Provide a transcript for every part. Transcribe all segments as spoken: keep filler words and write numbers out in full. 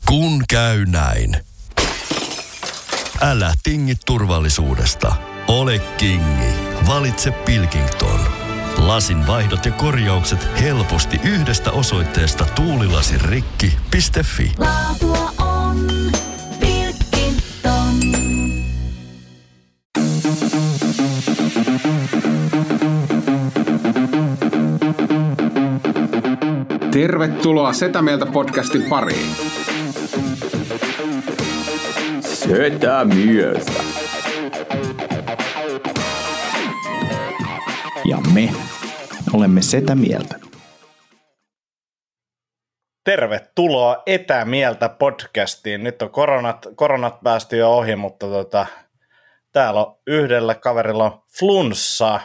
Kun käy näin. Älä tingi turvallisuudesta. Ole kingi. Valitse Pilkington. Lasin vaihdot ja korjaukset helposti yhdestä osoitteesta tuulilasirikki piste fi. Laatua on Pilkington. Tervetuloa Setä Mieltä podcastin pariin. Setä Mieltä. Ja me olemme Setä Mieltä. Tervetuloa Etämieltä podcastiin. Nyt on koronat, koronat päästy jo ohi, mutta tota, täällä on yhdellä kaverilla on flunssa.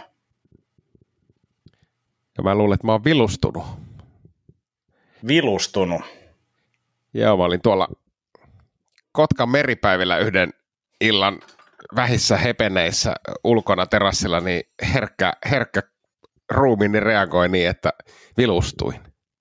Ja mä luulen, että mä oon vilustunut. Vilustunut? Joo, mä olin tuolla Kotkan meripäivillä yhden illan vähissä hepeneissä ulkona terassilla, niin herkkä, herkkä ruumiini reagoi niin, että vilustuin.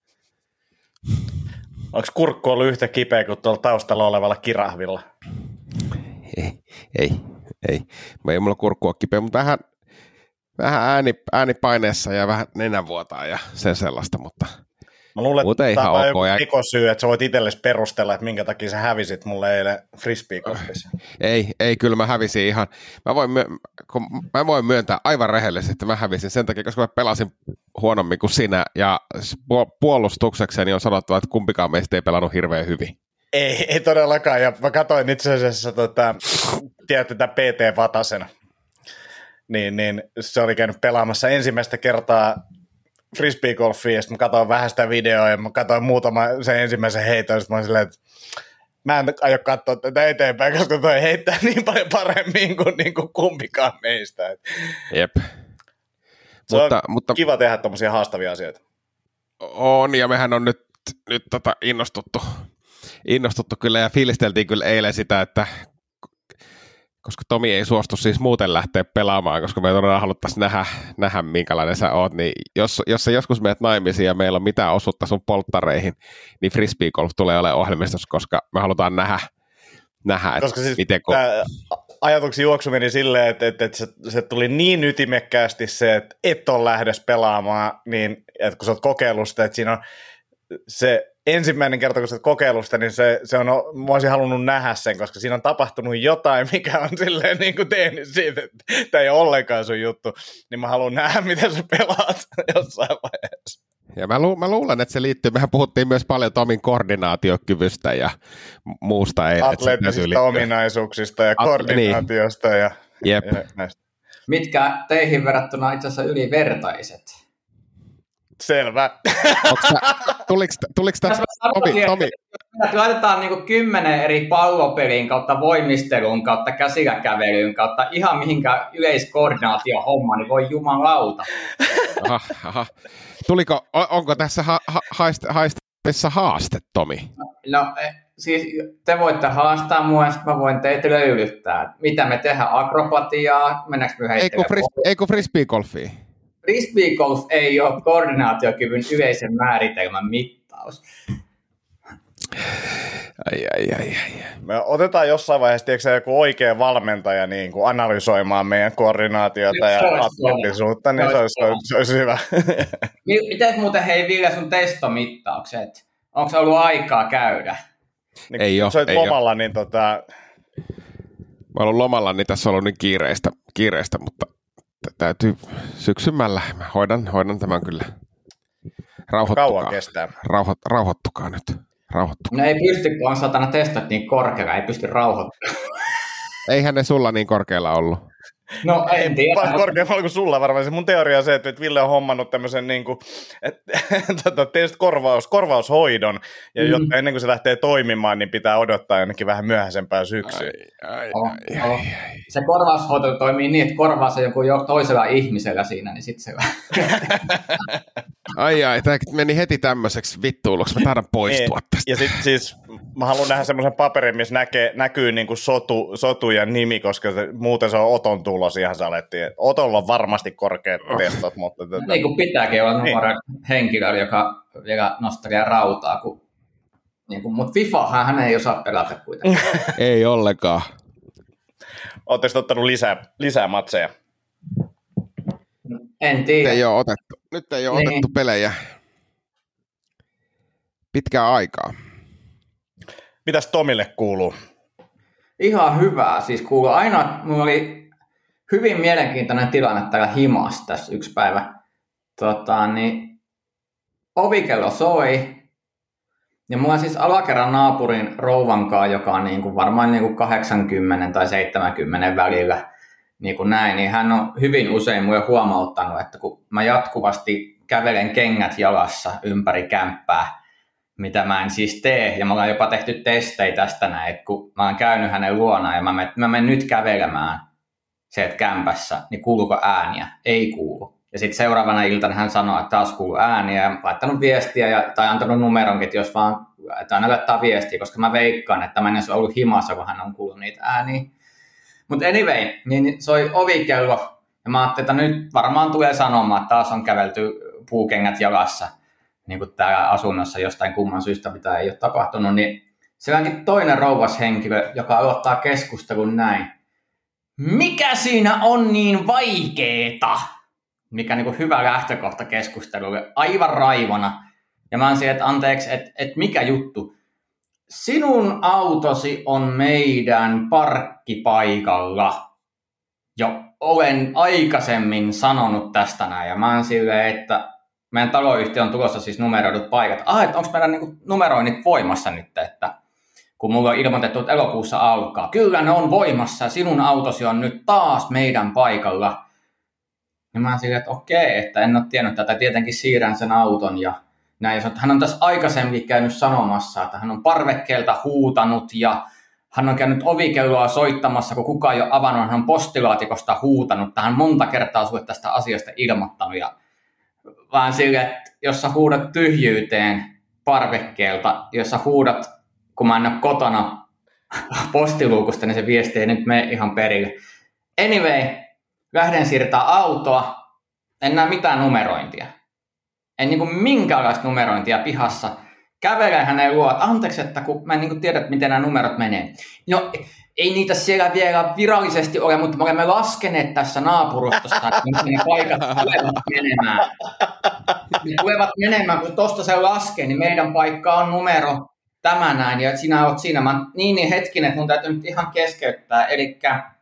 Onko kurkku ollut yhtä kipeä kuin tuolla taustalla olevalla kirahvilla? Ei, ei, ei. Ei mulla kurkku ole kipeä, mutta vähän, vähän ääni, äänipaineessa ja vähän nenänvuotaa ja sen sellaista, mutta... Mä luulen, Mutta että tämä on joku ja... tekosyy, että sä voit itsellesi perustella, että minkä takia sä hävisit mulle eilen frisbeegolfissa. Ei, ei, kyllä mä hävisin ihan. Mä voin, myö... mä voin myöntää aivan rehellisesti, että mä hävisin sen takia, koska mä pelasin huonommin kuin sinä, ja puolustuksekseni on sanottava, että kumpikaan meistä ei pelannut hirveän hyvin. Ei, ei todellakaan, ja mä katsoin itse asiassa, tota, tiedätte, tätä P T Vatasen, niin, niin se oli käynyt pelaamassa ensimmäistä kertaa frisbeegolfia, ja sitten mä katsoin vähän sitä videoa, ja mä katsoin muutama sen ensimmäisen heiton, ja sitten mä olin silleen, että mä en aio katsoa tätä eteenpäin, koska toi heittää niin paljon paremmin kuin, niin kuin kumpikaan meistä. Jep. Se mutta, on mutta, kiva tehdä tommosia haastavia asioita. On, ja mehän on nyt, nyt tota innostuttu, innostuttu kyllä, ja fiilisteltiin kyllä eilen sitä, että koska Tomi ei suostu siis muuten lähteä pelaamaan, koska me todella haluttaisiin nähdä, nähdä, minkälainen sä oot, niin jos, jos sä joskus menet naimisiin ja meillä on mitään osuutta sun polttareihin, niin frisbeegolf tulee olemaan ohjelmistossa, koska me halutaan nähdä, nähdä koska että siis miten... Kun... Ajatuksen juoksu meni silleen, että, että, että se, se tuli niin ytimekkäästi se, että et ole lähdössä pelaamaan, niin että kun sä oot kokeillut sitä, että siinä on se ensimmäinen kerta, kun sä oot kokeillut sitä, niin se, se on, mä olisin halunnut nähdä sen, koska siinä on tapahtunut jotain, mikä on silleen niin kuin tehnyt siitä, että tämä ei ole ollenkaan sun juttu, niin mä haluan nähdä, miten sä pelaat jossain vaiheessa. Ja mä, lu- mä luulen, että se liittyy, mehän puhuttiin myös paljon Tomin koordinaatiokyvystä ja muusta. Atleettisista ominaisuuksista ja At- koordinaatiosta niin. ja, Jep. ja näistä. Mitkä teihin verrattuna itse asiassa ylivertaiset? Selvä. Sä, tuliko, tuliko tässä Tomi? Tomi? Laitetaan niinku kymmenen eri pallopelin kautta voimistelun kautta käsillä kävelyyn kautta ihan mihinkä yleiskoordinaatio homma, niin voi jumalauta. Aha, aha. Tuliko, onko tässä ha, ha, haist, haistavissa haaste, Tomi? No siis te voitte haastaa mua, ja mä voin teitä löydyttää. Mitä me tehdään? Akrobatiaa? Mennäänkö me heittelemään? Eikö, fris, eikö frisbeegolfia? Frisbeegolf ei ole koordinaatiokyvyn yleisen määritelmän mittaus. Ai, ai, ai, ai. Me otetaan jossain vaiheessa tiedätkö, joku oikea valmentaja niin kuin analysoimaan meidän koordinaatiota ja atleettisuutta, niin se olisi, se olisi hyvä. Miten muuten, hei Ville, sun testomittaukset? Onko se ollut aikaa käydä? Niin, ei ole. Sä olet lomalla, niin tota... Mä olen ollut lomalla, niin tässä on ollut niin kiireistä, kiireistä mutta täytyy syksymällä. Mä hoidan, hoidan tämän kyllä. Rauhoittukaa. Kauan kestää. Rauho, rauhoittukaa nyt. Rauhoittukaa. No ei pysty, kun on satana testat niin korkealla, ei pysty rauhoittamaan. Eihän ne sulla niin korkealla ollut. No en tiedä. Paljon korkeammalla kuin sulla varmaan. Se mun teoria on se, että Ville on hommannut tämmöisen niin kuin, että teet korvaus, korvaushoidon, ja mm. jotta ennen kuin se lähtee toimimaan, niin pitää odottaa jonnekin vähän myöhäisempää syksyä. Ai, ai, oh, ai, oh. ai, ai. Se korvaushoito toimii niin, että korvaus on joku toisella ihmisellä siinä, niin sitten se ai ai, tämä meni heti tämmöiseksi vittuiluksi, mä taidan poistua Ei. tästä. Ja sitten siis mä haluan nähdä semmoisen paperin, missä näkee, näkyy niin kuin sotu, sotu ja nimi, koska se, muuten se on Oton tulos ihan salettiin. Otolla on varmasti korkeat testot, mutta... Tätä... Niin kuin pitääkin olla nuoren niin. henkilö, joka vielä nostaa rautaa, kun Niin kuin, mutta FIFAhan hän ei osaa pelata kuitenkaan. Ei ollenkaan. Oletteko ottanut lisää, lisää matseja? En tiedä. Nyt ei ole otettu, nyt ei ole niin. otettu pelejä pitkään aikaa. Mitäs Tomille kuuluu? Ihan hyvää. Siis kuuluu aina, mulla oli hyvin mielenkiintoinen tilanne täällä himassa tässä yksi päivä. Tota, niin ovikello soi. Ja mulla on siis alakerran naapurin rouvankaa, joka on niin kuin varmaan niin kuin kahdeksankymmentä tai seitsemänkymmentä välillä. Niin kuin näin, niin hän on hyvin usein mulle huomauttanut, että kun mä jatkuvasti kävelen kengät jalassa ympäri kämppää, mitä mä en siis tee, ja me ollaan jopa tehty testejä tästä näin, että kun mä oon käynyt hänen luonaan ja mä menen, mä menen nyt kävelemään sieltä kämpässä, niin kuuluuko ääniä? Ei kuulu. Ja sitten seuraavana iltana hän sanoo, että taas kuuluu ääniä ja laittanut viestiä ja, tai antanut numeronkin, että jos vaan, että aina laittaa viestiä, koska mä veikkaan, että mä en olisi ollut himassa, kun hän on kuullut niitä ääniä. Mutta anyway, niin soi ovikello ja mä ajattelin, että nyt varmaan tulee sanomaan, että taas on kävelty puukengät jalassa, niin kuin täällä asunnossa jostain kumman syystä, mitä ei ole tapahtunut, niin siellä onkin toinen rouvas henkilö, joka aloittaa keskustelun näin. Mikä siinä on niin vaikeeta? Mikä niin kuin hyvä lähtökohta keskustelulle, aivan raivona. Ja mä oon siihen, että anteeksi, että, että mikä juttu? Sinun autosi on meidän parkkipaikalla. Jo olen aikaisemmin sanonut tästä näin. Ja mä oon silleen, että meidän taloyhtiö on tulossa siis numeroidut paikat. Ah, että onko meidän niin kuin numeroinnit voimassa nyt, että kun mulla on ilmoitettu, että elokuussa alkaa. Kyllä ne on voimassa ja sinun autosi on nyt taas meidän paikalla. Ja mä oon silleen, että okei, että en ole tiennyt tätä. Tietenkin siirrän sen auton ja näin. Hän on tässä aikaisemmin käynyt sanomassa, että hän on parvekkeelta huutanut ja hän on käynyt ovikelloa soittamassa, kun kukaan ei ole avannut. Hän on postilaatikosta huutanut. Hän monta kertaa sulle tästä asiasta ilmoittanut. Ja vaan silleen, että jos sä huudat tyhjyyteen parvekkeelta, jos sä huudat, kun mä en ole kotona postiluukusta, niin se viesti ei nyt mene ihan perille. Anyway, lähden siirtää autoa, en näe mitään numerointia. En niin kuin minkäänlaista numerointia pihassa. Kävelen hänen luo, että anteeksi, että kun mä en niin kuin tiedä, miten nämä numerot menee. No, ei niitä siellä vielä virallisesti ole, mutta me olemme laskeneet tässä naapurustossa, että miten ne paikat tulevat menemään. Ne tulevat menemään, kun tuosta se laskee, niin meidän paikka on numero tämä näin, ja sinä olet siinä. Mä niin, niin hetkinen, että mun täytyy nyt ihan keskeyttää. Eli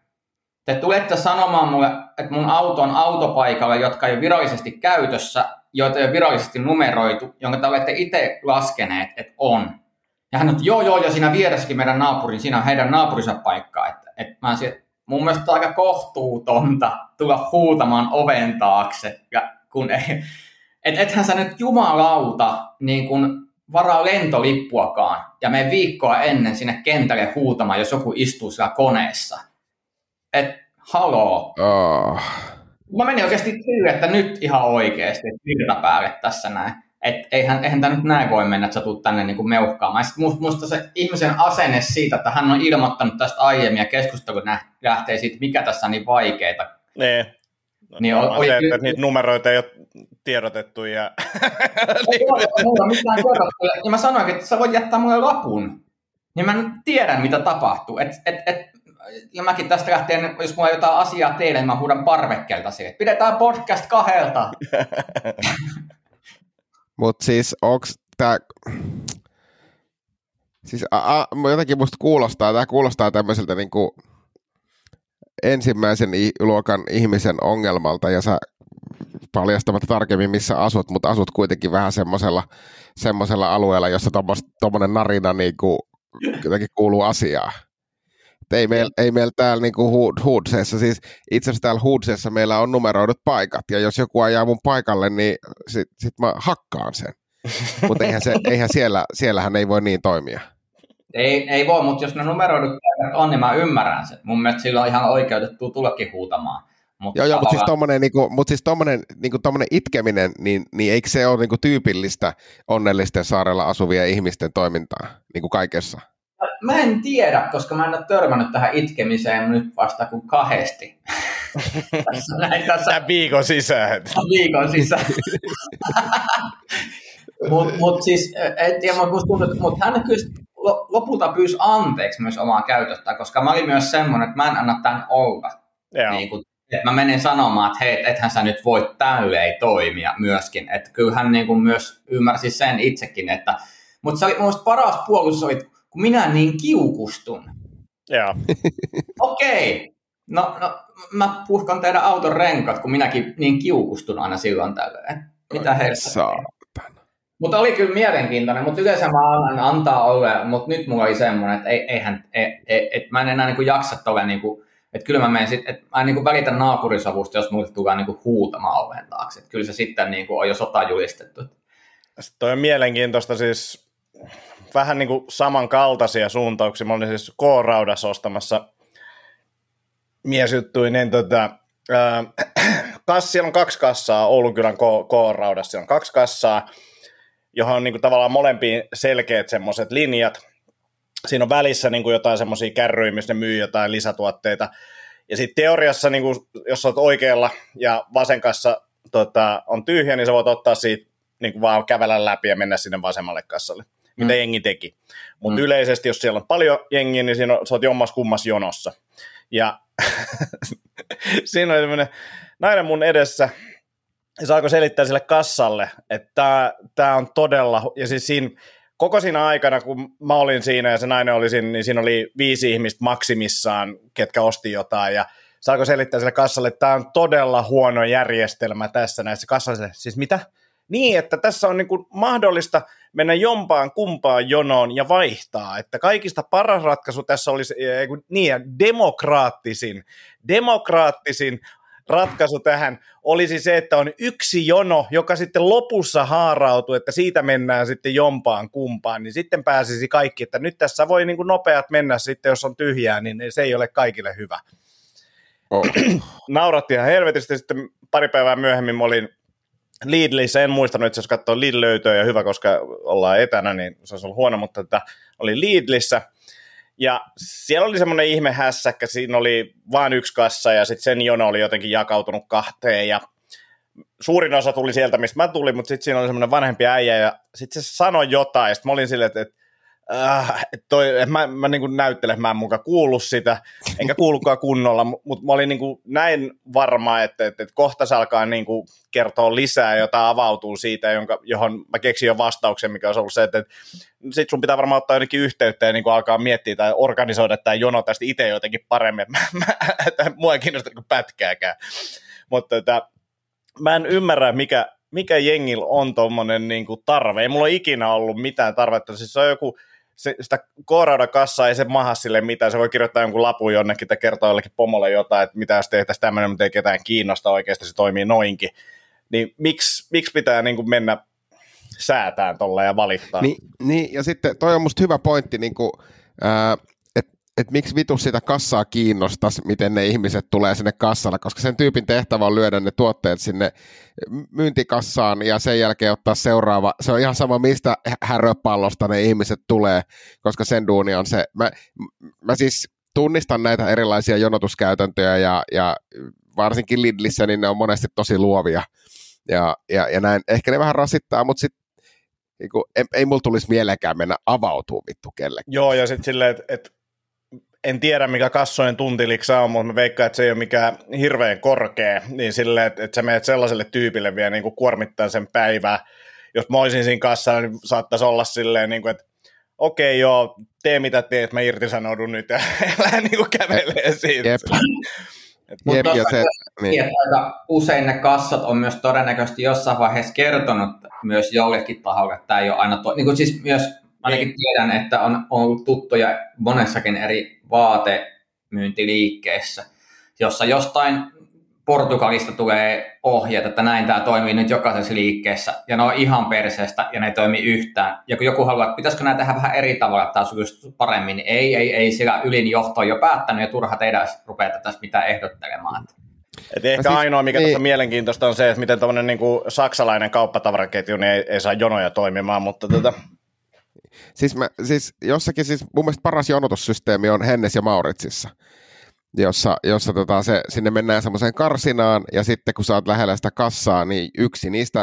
te tulette sanomaan mulle, että mun auto on autopaikalla, jotka ei ole virallisesti käytössä, joita ei ole virallisesti numeroitu, jonka te olette itse laskeneet, että on. Ja hän on, joo, joo, ja siinä vieressäkin meidän naapurin, siinä on heidän naapurinsa paikkaa. Että, että mä olisin, että mun mielestä on aika kohtuutonta tulla huutamaan oven taakse, ja kun ei. Että ethän sä nyt jumalauta niin kun varaa lentolippuakaan, ja mene viikkoa ennen sinne kentälle huutamaan, jos joku istuu siellä koneessa. Että haloo. Oh. Mä menin oikeasti sille, että nyt ihan oikeasti, virta päälle tässä näin. Että eihän, eihän tämä nyt näin voi mennä, että sä tulet tänne niinku meuhkaamaan. Sitten musta se ihmisen asenne siitä, että hän on ilmoittanut tästä aiemmin ja keskustelu lähtee siitä, mikä tässä on niin vaikeaa. Nee. No, niin on oli, se, oli, että niitä numeroita ei ole tiedotettu. Ja ei ole mitään kerrottu. Ja mä sanoinkin, että sä voit jättää mulle lapun. Niin mä nyt tiedän, mitä tapahtuu. Et, et, et, ja mäkin tästä lähtien, jos mulla on jotain asiaa teille, niin mä huudan parvekkeelta siihen. Pidetään podcast kahdelta. Mutta siis onks tää, siis a, a, jotenkin musta kuulostaa, tää kuulostaa tämmöiseltä niinku ensimmäisen i, luokan ihmisen ongelmalta, ja sä paljastamatta tarkemmin missä asut, mutta asut kuitenkin vähän semmosella, semmosella alueella, jossa tommonen narina niinku jotenkin kuuluu asiaan. Ei meillä ei meil täällä niinku Hoodseessa, siis itse asiassa täällä Hoodseessa meillä on numeroidut paikat, ja jos joku ajaa mun paikalle, niin sit, sit mä hakkaan sen. Mutta eihän, se, eihän siellä, siellähän ei voi niin toimia. Ei, ei voi, mutta jos ne numeroidut paikat on, niin mä ymmärrän sen. Mun mielestä sillä on ihan oikeutettu tullakin huutamaan. Mut joo, joo, mutta siis tommonen, niinku, mut siis tommonen, niinku, tommonen itkeminen, niin, niin eikö se ole niinku tyypillistä onnellisten saarella asuvien ihmisten toimintaa niinku kaikessa? Mä en tiedä, koska mä en ole törmännyt tähän itkemiseen nyt vasta kuin kahdesti. tässä, näin, tässä viikon sisään. Viikon sisään. Mutta mut siis, en tiedä, musta tuntuu, mutta hän kyllä lopulta pyysi anteeksi myös omaa käytöstä, koska mä olin myös semmoinen, että mä en anna tämän olla. Niin kun, että mä menen sanomaan, että hei, ethän sä nyt voi tälleen toimia myöskin. Että kyllä hän niin kuin myös ymmärsi sen itsekin, että, mutta se oli mun paras puolustus oli, kun minä niin kiukustun. Joo. Okei. Okay. No, no, mä puhkan teidän auton renkat, kun minäkin niin kiukustun aina silloin tällöin. Mitä heistä? Mutta oli kyllä mielenkiintoinen, mutta yleensä mä annan antaa olla, mutta nyt mulla oli semmoinen, että ei, eihän, ei, ei, et mä en enää niinku jaksa tolle, niinku, että kyllä mä menen sit, että mä en niinku välitä naapurisavusta, jos mulle tulee niinku huutamaan oven taakse. Että kyllä se sitten niinku on jo sota julistettu. Sitten toi on mielenkiintoista siis vähän niinku samankaltaisia suuntauksia. Mä olin siis K-raudassa ostamassa miesjuttuja, niin tota, ää, kass, siellä on kaksi kassaa, Oulunkylän K-raudassa siellä on kaksi kassaa, johon on niin kuin tavallaan molempiin selkeät semmoiset linjat. Siinä on välissä niin kuin jotain semmoisia kärryjä, missä ne myy jotain lisätuotteita. Ja sitten teoriassa, niin kuin, jos olet oikealla ja vasen kassa tota, on tyhjä, niin sä voit ottaa siitä niin kuin vaan kävellä läpi ja mennä sinne vasemmalle kassalle, mitä mm. jengi teki. Mutta mm. yleisesti, jos siellä on paljon jengiä, niin siinä on, sä oot jommas kummas jonossa. Ja siinä oli semmoinen nainen mun edessä, ja saako selittää sille kassalle, että tämä on todella, ja siis siinä, koko siinä aikana, kun mä olin siinä ja se nainen oli siinä, niin siinä oli viisi ihmistä maksimissaan, ketkä osti jotain, ja saako selittää sille kassalle, että tämä on todella huono järjestelmä tässä näissä kassalle, siis mitä? Niin, että tässä on niin kuin mahdollista mennä jompaan kumpaan jonoon ja vaihtaa, että kaikista paras ratkaisu tässä olisi niin, demokraattisin, demokraattisin ratkaisu tähän olisi se, että on yksi jono, joka sitten lopussa haarautuu, että siitä mennään sitten jompaan kumpaan, niin sitten pääsisi kaikki, että nyt tässä voi niin kuin nopeat mennä sitten, jos on tyhjää, niin se ei ole kaikille hyvä. Oh. Nauratti ihan helvetisti, sitten pari päivää myöhemmin mä olin Lidlissä, en muistanut itse asiassa katsoa Lidl-löytöä ja hyvä, koska ollaan etänä, niin se olisi ollut huono, mutta että oli Lidlissä. Ja siellä oli semmoinen ihme hässäkkä, siinä oli vain yksi kassa ja sitten sen jono oli jotenkin jakautunut kahteen ja suurin osa tuli sieltä, mistä mä tulin, mutta sitten siinä oli semmoinen vanhempi äijä ja sitten se sanoi jotain ja sitten mä olin silleen, että, että, äh, että toi, mä, mä niin kuin näyttelen, että mä en mukaan kuullut sitä, enkä kuullutkaan kunnolla, mutta mä olin niin kuin näin varma, että, että, että kohta se alkaa niin kuin kertoa lisää, jota avautuu siitä, jonka, johon mä keksin jo vastauksen, mikä olisi ollut se, että, että sitten sun pitää varmaan ottaa jonnekin yhteyttä ja niin kuin alkaa miettiä tai organisoida tämä jono tästä itse jotenkin paremmin, että, mä, että mua ei kiinnosta niin pätkääkään. Mutta että, mä en ymmärrä, mikä, mikä jengillä on tommonen niin kuin tarve. Ei mulla ole ikinä ollut mitään tarvetta. Siis se on joku, se, sitä K-raudan kassaa ei se maha sille mitään. Se voi kirjoittaa jonkun lapun jonnekin tai kertoa jollekin pomolle jotain, että mitä jos tehtäisiin tämmöinen, mutta ei ketään kiinnosta oikeasti, se toimii noinkin. Niin miksi, miksi pitää niin kuin mennä säätään tolleen ja valittaa? Niin, niin, ja sitten toi on musta hyvä pointti, niin kuin, ää, että et miksi vitus sitä kassaa kiinnostaisi, miten ne ihmiset tulee sinne kassalle, koska sen tyypin tehtävä on lyödä ne tuotteet sinne myyntikassaan ja sen jälkeen ottaa seuraava. Se on ihan sama, mistä häröpallosta ne ihmiset tulee, koska sen duuni on se. Mä, mä siis tunnistan näitä erilaisia jonotuskäytäntöjä ja, ja varsinkin Lidlissä, niin ne on monesti tosi luovia ja, ja, ja näin. Ehkä ne vähän rasittaa, mutta sitten niin ei, ei mulla tulisi mieleenkään mennä avautuu vittu kellekin. Joo, ja sitten silleen, että et, en tiedä mikä kassojen tuntiliksa on, mutta mä veikkaan, että se ei ole mikään hirveän korkea, niin silleen, että, että sä menet sellaiselle tyypille vielä niin kuin kuormittaa sen päivää. Jos mä olisin siinä kassalla, niin saattaisi olla silleen, niin kuin, että okei okay, joo, tee mitä teet, mä irtisanoudun nyt ja lähden niin kuin kävelee siitä. Jep. Mutta se, niin. Aika usein ne kassat on myös todennäköisesti jossain vaiheessa kertonut myös jollekin taholle, että tämä ei ole aina, to- niin kuin siis myös ainakin tiedän, että on ollut tuttuja monessakin eri vaatemyyntiliikkeissä, jossa jostain Portugalista tulee ohjeet, että näin tämä toimii nyt jokaisessa liikkeessä, ja ne on ihan perseestä, ja ne ei toimi yhtään. Ja kun joku haluaa, että pitäisikö nämä tehdä vähän eri tavalla, että tämä olisi paremmin, niin ei, ei, ei, sillä ylin johto on jo päättänyt, ja turha teidän rupeaa tässä mitään ehdottelemaan. Et ehkä siis, ainoa, mikä niin, tuossa mielenkiintoista on se, että miten tuommoinen niin kuin saksalainen kauppatavaraketju niin ei, ei saa jonoja toimimaan, mutta tota... Siis, mä, siis jossakin siis mun mielestä paras jonotussysteemi on Hennes ja Mauritsissa, jossa, jossa tota se, sinne mennään semmoiseen karsinaan, ja sitten kun sä oot lähellä sitä kassaa, niin yksi niistä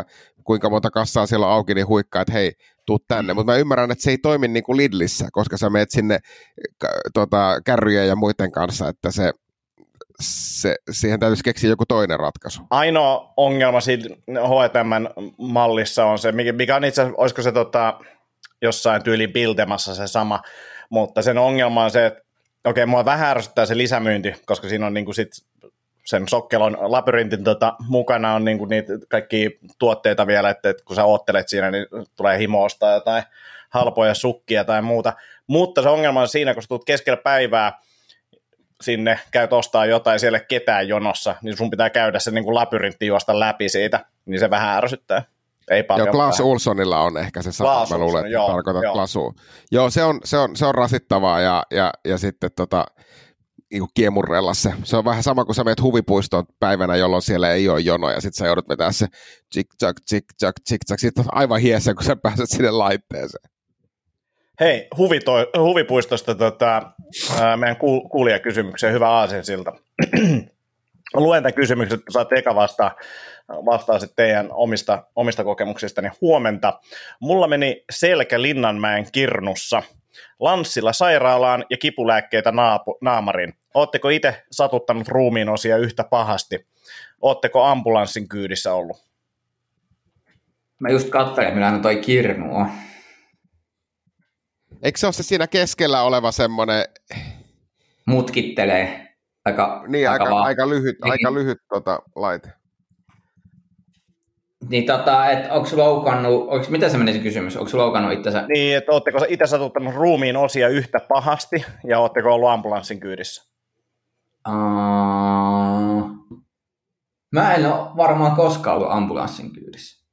kuinka monta kassaa siellä on auki, niin huikkaa, että hei, tuu tänne. Mutta mä ymmärrän, että se ei toimi niin kuin Lidlissä, koska sä meet sinne tota, kärryjen ja muiden kanssa, että se, se, siihen täytyisi keksiä joku toinen ratkaisu. Ainoa ongelma siinä H and M-mallissa on se, mikä on itse asiassa, olisiko se tota, jossain tyyliin Biltemassa se sama, mutta sen ongelma on se, että okei, okay, mua vähän ärsyttää se lisämyynti, koska siinä on niinku sit sen sokkelon labyrintin tota, mukana on niinku niitä kaikkia tuotteita vielä, että, että kun sä oottelet siinä, niin tulee himoosta jotain halpoja sukkia tai muuta. Mutta se ongelma on siinä, kun sä tulet keskellä päivää sinne, käyt ostaa jotain, siellä ketään jonossa, niin sun pitää käydä se niinku labyrintti juosta läpi siitä, niin se vähän ärsyttää. Ei paljon. Joo, Clas Ohlsonilla on ehkä se sama, mä luulen, että tarkoitat Clasua. Joo, se on, se on, se on rasittavaa ja, ja, ja sitten tota, niinku kiemurrella se. Se on vähän sama kuin sä menet huvipuistoon päivänä, jolloin siellä ei ole jono ja sitten sä joudut vetää se tsk-tsak, tsk-tsak, tsk-tsak. Sitten on aivan hiessä, kun sä pääset sinne laitteeseen. Hei, huvito- huvipuistosta tota, ää, meidän ku- kuulijakysymykseen, hyvä aasinsilta. Luen tämän kysymyksen, että saat eka vastaa, vastaa sitten teidän omista, omista kokemuksistani. Huomenta. Mulla meni selkä Linnanmäen Kirnussa. Lanssilla sairaalaan ja kipulääkkeitä naapu, naamariin. Ootteko itse satuttanut ruumiin osia yhtä pahasti? Ootteko ambulanssin kyydissä ollut? Mä just katsoin, millainen toi Kirnu on. Eikö se ole se siinä keskellä oleva semmoinen... Mutkittelee. Aika, niin, aika, aika, aika lyhyt, niin. aika lyhyt tota, laite. Niin tota, että onko loukannut, onko, mitä se meni se kysymys, onko loukannut itsensä? Niin, että ootteko itse satuttanut ruumiin osia yhtä pahasti ja ootteko ollut ambulanssin kyydissä? Uh, mä en ole varmaan koskaan ollut ambulanssin kyydissä.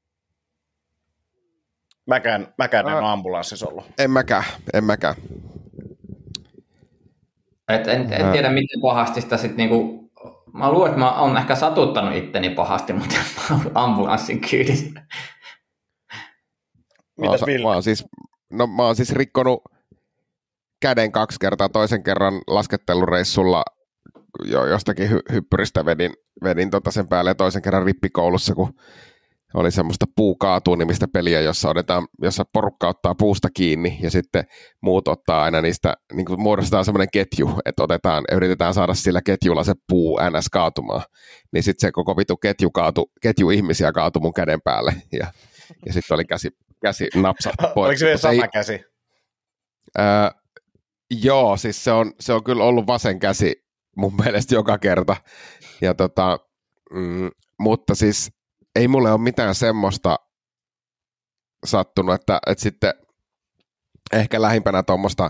Mäkään, mäkään en ole ambulanssissa ollut. En mäkään, en mäkään. Et en, en tiedä, miten pahasti sitä sitten niinku... Mä luulen, että mä oon ehkä satuttanut itteni pahasti, mutta mä oon ambulanssin kyydissä. Mitäs mä, Ville? mä, oon siis, no, mä oon siis rikkonut käden kaksi kertaa, toisen kerran laskettelureissulla jo jostakin hy- hyppyristä vedin, vedin tota sen päälle ja toisen kerran rippikoulussa, kun oli semmoista puukaatuu-nimistä peliä, jossa, otetaan, jossa porukka ottaa puusta kiinni ja sitten muut ottaa aina niistä, niin kuin muodostetaan semmoinen ketju, että otetaan, yritetään saada sillä ketjulla se puu ns. Kaatumaan. Niin sitten se koko vitu ketju, kaatu, ketju ihmisiä kaatui mun käden päälle ja, ja sitten oli käsi, käsi napsahti pois. Oliko se vielä sama ei, käsi? Ää, joo, siis se on, se on kyllä ollut vasen käsi mun mielestä joka kerta. Ja tota, mm, mutta siis ei mulle ole mitään semmoista sattunut, että, että sitten ehkä lähimpänä tuommoista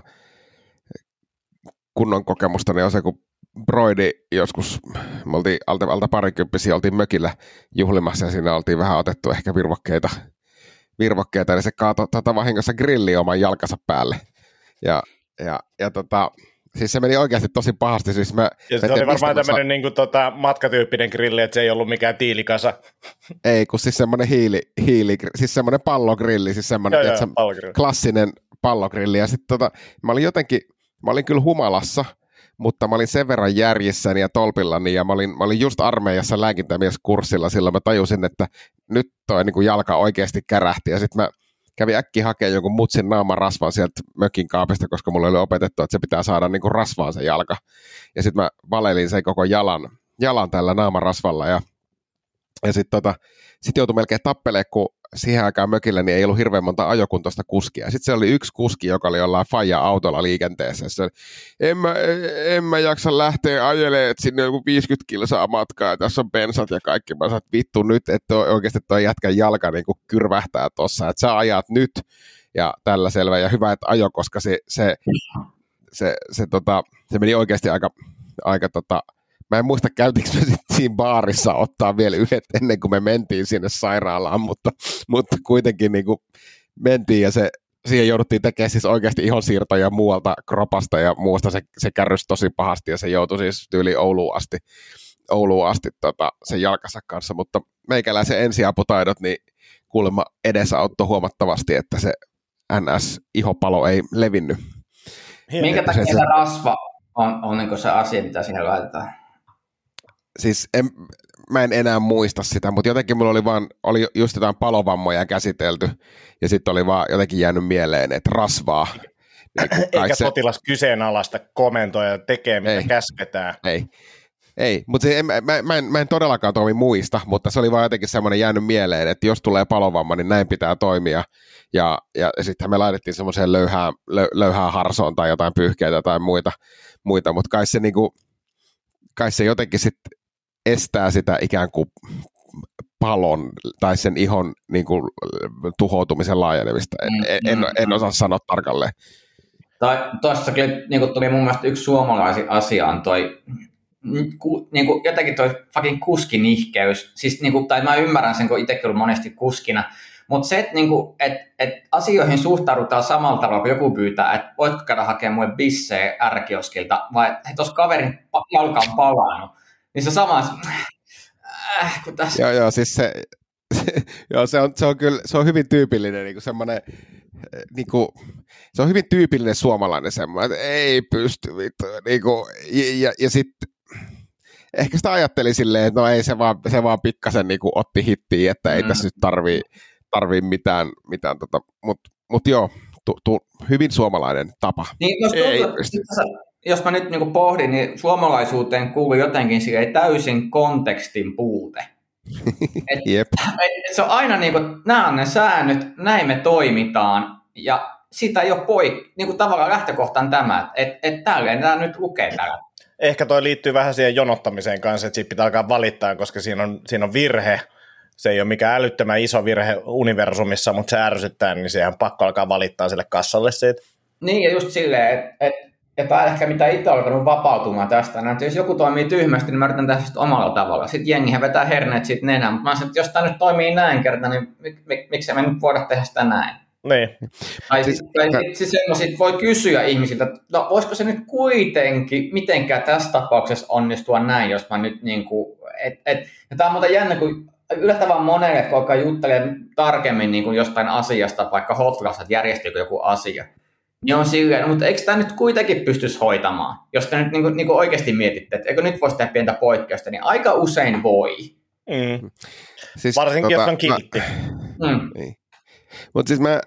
kunnon kokemusta niin on se, kun Broidi joskus, me oltiin alta, alta parikymppisiä, oltiin mökillä juhlimassa ja siinä oltiin vähän otettu ehkä virvokkeita, virvokkeita niin se kaatoi tota vahingossa grilli oman jalkansa päälle. Ja, ja, ja tota... Siis se meni oikeasti tosi pahasti. Siis mä, ja se oli varmaan tämmöinen sa- niin kuin, tota, matkatyyppinen grilli, että se ei ollut mikään tiilikasa. Ei, kun siis semmoinen hiili, hiili siis semmoinen pallogrilli, siis semmoinen joo, joo, pallogrilli. Klassinen pallogrilli. Ja sitten tota, mä olin jotenkin, mä olin kyllä humalassa, mutta mä olin sen verran järjissäni ja tolpillani, ja mä olin, mä olin just armeijassa lääkintämieskurssilla, silloin mä tajusin, että nyt toi niin kuin jalka oikeasti kärähti, ja sitten mä kävin äkkiä hakemaan jonkun mutsin naaman rasvan sieltä mökin kaapista, koska mulle oli opetettu, että se pitää saada niinku rasvaan se jalka. Ja sitten mä valelin sen koko jalan, jalan tällä naaman rasvalla. Ja, ja sitten tota, sit joutui melkein tappelemaan, kun siihen aikaan mökillä niin ei ollut hirveän monta ajokuntoista kuskia. Sitten se oli yksi kuski, joka oli jollain faija-autolla liikenteessä. Se oli, en, mä, en mä jaksa lähteä ajelemaan, että sinne on joku viisikymmentä kilsaa matkaa, ja tässä on bensat ja kaikki. Mä sanoin, että vittu nyt, että oikeasti tuo jätkän jalka niin kuin kyrvähtää tuossa, että sä ajat nyt, ja tällä selvä. Ja hyvä, että ajo, koska se, se, se, se, tota, se meni oikeasti aika... aika tota, mä en muista, käytiinkö me sitten siinä baarissa ottaa vielä yhdet ennen kuin me mentiin sinne sairaalaan, mutta, mutta kuitenkin niin kuin mentiin ja se, siihen jouduttiin tekemään siis oikeasti ihonsiirtoja muualta kropasta ja muusta se, se kärrysi tosi pahasti ja se joutui siis tyyliin Ouluun asti, Ouluun asti tota, sen jalkansa kanssa, mutta meikäläisen ensiaputaidot niin kuulemma edesauttoi huomattavasti, että se N S-ihopalo ei levinnyt. Minkä takia se rasva on, on niin se asia, mitä siihen laitetaan? Siis en, mä en enää muista sitä, mutta jotenkin mulla oli vaan, oli just jotain palovammoja käsitelty, ja sitten oli vaan jotenkin jäänyt mieleen, että rasvaa. Eikä se... sotilas kyseenalaista komentoja ja tekee, mitä ei, käsketään. Ei, ei. mutta mä, mä, mä, en, mä en todellakaan toimi muista, mutta se oli vaan jotenkin semmoinen jäänyt mieleen, että jos tulee palovamma, niin näin pitää toimia. Ja, ja sitten me laitettiin semmoiseen löyhään, lö, löyhään harsoon tai jotain pyyhkeitä tai muita, muita. mutta kai se, niinku, kai se jotenkin sitten estää sitä ikään kuin palon tai sen ihon niinku, tuhoutumisen laajenemista. En, en, en osaa sanoa tarkalleen. Tuossakin niin tuli mun mielestä yksi suomalaisen asia on toi, ku, niin kuin jotenkin toi fucking kuskinihkeys. Siis, niin kuin, tai mä ymmärrän sen, kun itsekin ollut monesti kuskina. Mutta se, että niin et, et asioihin suhtaudutaan samalla tavalla, kun joku pyytää, että voitko käydä hakemaan mulle bissejä R-kioskilta, vai että tuossa kaverin jalka on palannut. Niin se sama, äh, kun tässä... Joo, joo, siis se, joo, se, on, se on kyllä, se on hyvin tyypillinen niin kuin semmoinen, niin kuin, se on hyvin tyypillinen suomalainen semmoinen, että ei pysty, vittu, niin kuin, ja, ja, ja sitten ehkä sitä ajatteli silleen, että no ei se vaan, se vaan pikkasen niin kuin otti hittiin, että ei mm. tässä nyt tarvii, tarvii mitään, mitään tota, mutta mut joo, tu, tu, hyvin suomalainen tapa. Niin, jos, ei, tuntuu, ei jos mä nyt niin kuin pohdin, niin suomalaisuuteen kuuluu jotenkin silleen täysin kontekstin puute. Et, Jep. Et se on aina niin kuin, nämä on ne säännöt, näin me toimitaan, ja sitä ei ole poik- niin kuin tavallaan lähtökohtaan tämä, että et, et tälleen tämä nyt lukee täällä. Ehkä toi liittyy vähän siihen jonottamiseen kanssa, että siitä pitää alkaa valittaa, koska siinä on, siinä on virhe. Se ei ole mikään älyttömän iso virhe universumissa, mutta se ärsyttää, niin siihen on pakko alkaa valittaa sille kassalle siitä. Niin, ja just silleen, että et, et tämä ehkä mitä itse on alkanut vapautumaan tästä, että jos joku toimii tyhmästi, niin mä yritän tehdä sitä omalla tavalla. Sitten jengihän vetää herneet siitä nenään, mutta mä sanoin, että jos tämä nyt toimii näin kerta, niin mik, mik, miksi me nyt voida tehdä sitä näin? Niin. Tai siis, siis semmoiset voi kysyä ihmisiltä, että no, voisiko se nyt kuitenkin mitenkään tässä tapauksessa onnistua näin, jos mä nyt niin kuin, et, et, ja tämä on muuten jännä, kun yllättävän monelle, kun alkaa juttelemaan tarkemmin niin kuin jostain asiasta, vaikka hotlassa, että järjestyykö joku asia, niin on silleen, mutta eikö tämä nyt kuitenkin pystyisi hoitamaan? Jos te nyt niin kuin, niin kuin oikeasti mietitte, että eikö nyt voisi tehdä pientä poikkeusta, niin aika usein voi. Mm. Siis, Varsinkin, tota, jos on kiltti. Mä... Mm. Niin. Mutta siis mä,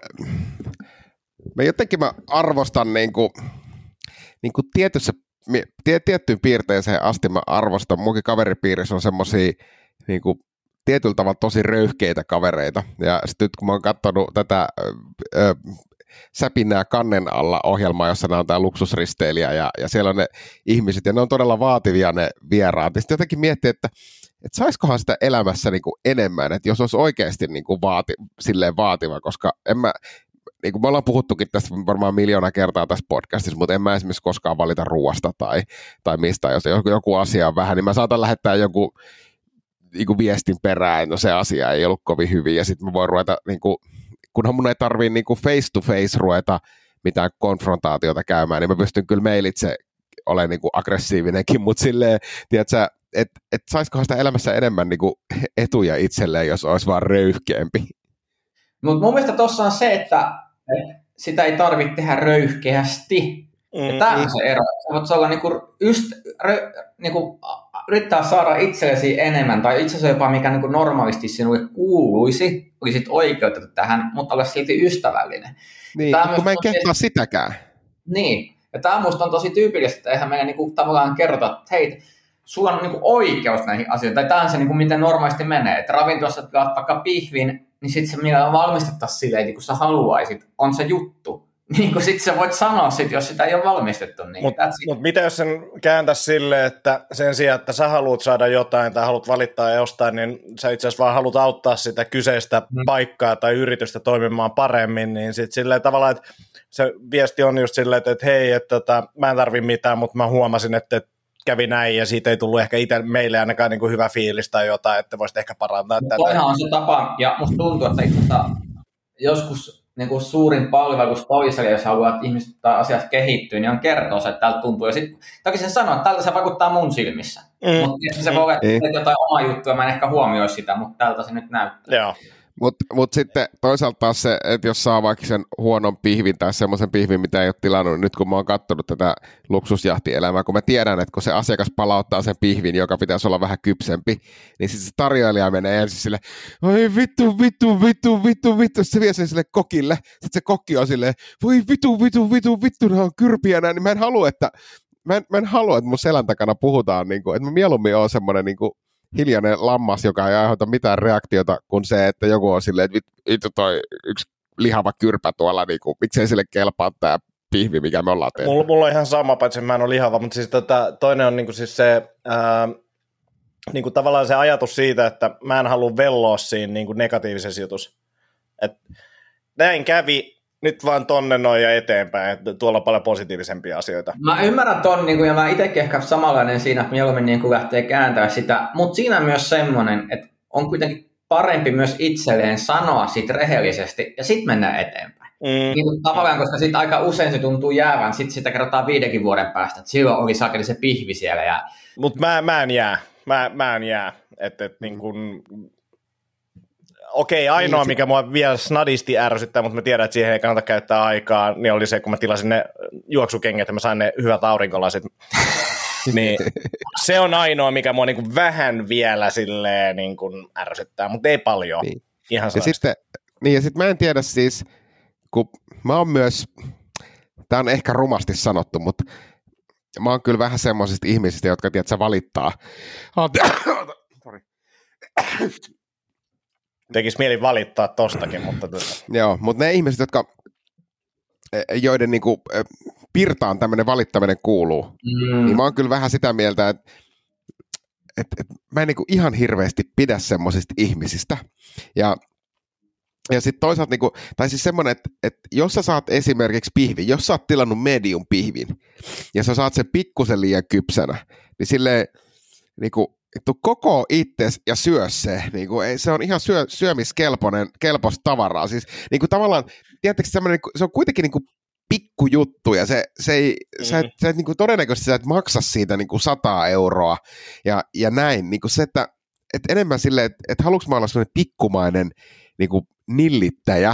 mä jotenkin mä arvostan niinku, niinku tietyssä, tie, tiettyyn piirteeseen asti mä arvostan. Munkin kaveripiirissä on semmosia niinku, tietyllä tavalla tosi röyhkeitä kavereita. Ja sitten nyt kun mä oon katsonut tätä ö, Säpinää kannen alla -ohjelmaa, jossa nämä on tää luksusristeilijä ja, ja siellä on ne ihmiset ja ne on todella vaativia ne vieraat. Ja sitten jotenkin miettii, että että saisikohan sitä elämässä niin kuin enemmän, että jos olisi oikeasti niin kuin vaati, silleen vaativa, koska en mä, niin kuin me ollaan puhuttukin tästä varmaan miljoona kertaa tässä podcastissa, mutta en mä esimerkiksi koskaan valita ruoasta tai, tai mistä, jos joku, joku asia on vähän, niin mä saatan lähettää joku niin kuin viestin perään, että no se asia ei ollut kovin hyvin, ja sitten mä voin ruveta, niin kuin, kunhan mun ei tarvitse niin kuin face to face ruveta mitään konfrontaatiota käymään, niin mä pystyn kyllä mailitse olemaan niin kuin aggressiivinenkin, mutta silleen, tiedätkö, että et saisikohan sitä elämässä enemmän niinku etuja itselleen, jos olisi vaan röyhkeämpi. Mutta mun mielestä tuossa on se, että sitä ei tarvitse tehdä röyhkeästi. Mm, ja tämä on se ero. Sä voit olla niinku just, rö, niinku, yrittää saada itsellesi enemmän, tai itse asiassa jopa mikä niinku normaalisti sinulle kuuluisi, olisit oikeutettu tähän, mutta olla silti ystävällinen. Niin, kun mä en kehtaa sitäkään. Niin, ja tämä musta on tosi tyypillistä, että eihän meidän niinku tavallaan kerrota, että hei, sulla on niinku oikeus näihin asioihin, tai tämä on se, niinku, miten normaalisti menee, että ravintolassa tilaat vaikka pihvin, niin sitten se, millä valmistettaisiin silleen, kun sä haluaisit, on se juttu. Niin kuin sitten sä voit sanoa sit, jos sitä ei ole valmistettu. Niin mutta mut mitä jos sen kääntäisi silleen, että sen sijaan, että sä haluat saada jotain tai haluat valittaa jostain, niin sä itse asiassa vaan haluat auttaa sitä kyseistä hmm. paikkaa tai yritystä toimimaan paremmin, niin sitten silleen tavallaan, että se viesti on just silleen, että, että hei, että, että mä en tarvi mitään, mutta mä huomasin, että kävi näin ja siitä ei tullut ehkä itse meille ainakaan niin kuin hyvä fiilis tai jotain, että voisit ehkä parantaa tätä. Toihan on se tapa, ja musta tuntuu, että itse joskus niin kuin suurin palvelus toiselle, jos haluaa, että ihmiset tai asiat kehittyy, niin on kertoa se, että tältä tuntuu. Ja sitten toki sen sanoo, että tältä se vaikuttaa mun silmissä. Mm. Mutta se voi olla, että jotain omaa juttua, mä en ehkä huomioi sitä, mutta tältä se nyt näyttää. Joo. Mutta mut sitten toisaalta taas se, että jos saa vaikka sen huonon pihvin tai semmoisen pihvin, mitä ei ole tilannut, nyt kun mä oon katsonut tätä luksusjahtielämää, kun mä tiedän, että kun se asiakas palauttaa sen pihvin, joka pitäisi olla vähän kypsempi, niin sitten se tarjoilija menee ensin sille, oi vittu, vittu, vittu, vittu, vittu, se vie sen sille kokille, sitten se kokki on silleen, voi vittu, vittu, vittu, vittu, ne on kyrpiä näin, niin mä en halua, että, mä en, mä en halua, että mun selän takana puhutaan, niin kuin, että mä mieluummin oon semmoinen niin kuin hiljainen lammas, joka ei aiheuta mitään reaktiota, kuin se, että joku on silleen, että vittu toi yksi lihava kyrpä tuolla, niin kuin, miksei sille kelpaa tämä pihvi, mikä me ollaan tehty. Mulla, mulla on ihan sama, paitsi mä en ole lihava, mutta siis tota, toinen on niin kuin siis se, ää, niin kuin tavallaan se ajatus siitä, että mä en halua velloa siinä niin kuin negatiivisessa jutussa. Et näin kävi, nyt vaan tonne noin ja eteenpäin, että tuolla on paljon positiivisempia asioita. Mä ymmärrän ton, niin kuin, ja mä itsekin ehkä samanlainen siinä, että mieluummin niin kuin lähtee kääntämään sitä, mutta siinä on myös semmoinen, että on kuitenkin parempi myös itselleen sanoa sit rehellisesti, ja sitten mennään eteenpäin. Mm. Niin kuin tavallaan, koska sit aika usein se tuntuu jäävän, sit sitä kerrotaan viidenkin vuoden päästä, että silloin oli sakeli se pihvi siellä. Ja... Mutta mä, mä en jää, mä, mä en jää, että et, niin kun... Okei, ainoa, mikä mua vielä snadisti ärsyttää, mutta mä tiedän, että siihen ei kannata käyttää aikaa, niin oli se, kun mä tilasin ne juoksukengät ja mä sain ne hyvät aurinkolasit. Niin, se on ainoa, mikä mua niin kuin vähän vielä silleen niin kuin ärsyttää, mutta ei paljon. Niin. Ihan ja sitten, niin ja sitten mä en tiedä siis, kun mä oon myös, tää on ehkä rumasti sanottu, mutta mä oon kyllä vähän semmoisista ihmisistä, jotka tiedät, sä valittaa. Sorry. Tekisi mieli valittaa tostakin, mutta... Joo, mutta ne ihmiset, jotka, joiden niinku, pirtaan tämmöinen valittaminen kuuluu, mm. niin mä oon kyllä vähän sitä mieltä, että et, et, mä en niinku ihan hirveästi pidä semmoisista ihmisistä. Ja, ja sitten toisaalta, niinku, tai siis semmoinen, että et jos sä saat esimerkiksi pihvin, jos sä oot tilannut medium pihvin, ja sä saat sen pikkusen liian kypsänä, niin silleen, niinku, koko itses ja syö se, niin kuin, se on ihan syö, syömiskelpoinen, kelpoista tavaraa. Siis niin kuin tavallaan, tiedättekö, se on kuitenkin niin kuin pikkujuttu, ja se, se ei, mm-hmm. sä et, sä et niin kuin todennäköisesti sä et maksa siitä niin kuin sata euroa, ja, ja näin. Niin kuin se, että, että enemmän silleen, että, että haluanko mä olla sellainen pikkumainen niin kuin nillittäjä,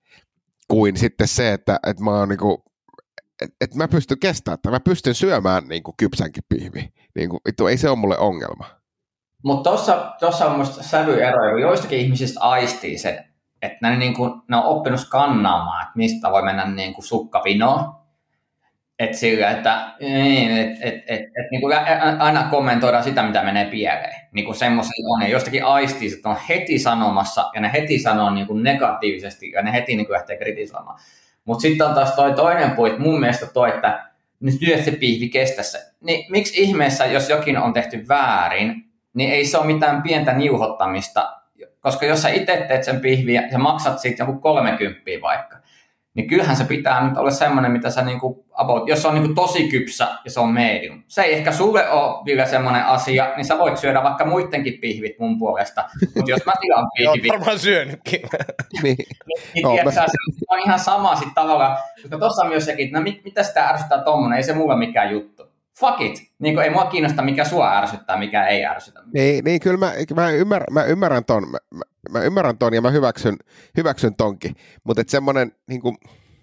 kuin sitten se, että, että mä oon niin kuin, että, että mä pystyn kestämään, että mä pystyn syömään niin kuin kypsänkin pihvi. Niin kuin, vittu, ei se ole mulle ongelma. Mutta tuossa on minusta sävyeroja, kun joistakin ihmisistä aistii se, että ne, niin kuin, ne on oppinut skannaamaan, että mistä voi mennä niin kuin sukkavinoon. Että sillä, että et, et, et, et, niin kuin aina kommentoidaan sitä, mitä menee pieleen. Niin kuin semmoisia on, ja jostakin aistii, että on heti sanomassa, ja ne heti sanoo niin kuin negatiivisesti, ja ne heti niin kuin lähtee kritisoimaan. Mutta sitten on taas toi toinen puoli, mun mielestä toi, että nyt syö se pihvi kestä se. Niin miksi ihmeessä, jos jokin on tehty väärin, niin ei se ole mitään pientä niuhottamista, koska jos sä itse teet sen pihviä ja maksat siitä joku kolmekymppiä vaikka, niin kyllähän se pitää nyt olla semmoinen, mitä sä niinku, about, jos se on niinku tosi kypsä ja se on medium. Se ei ehkä sulle ole vielä semmoinen asia, niin sä voit syödä vaikka muidenkin pihvit mun puolesta, mutta jos mä tilaan pihvit... Joo, varmaan syönytkin. niin, niin no, tiedätkö, se on ihan sama sitten tavallaan, koska tuossa on myös sekin, että no mit, mitä sitä ärsyttää tommonen, ei se mulla mikään juttu. Fuck it. Niin kuin ei mua kiinnosta, mikä sua ärsyttää, mikä ei ärsytä. Niin, niin kyllä mä, mä, ymmärrän, mä ymmärrän ton, mä, mä ymmärrän ton ja mä hyväksyn, hyväksyn tonkin, mutta että semmoinen, niin kuin,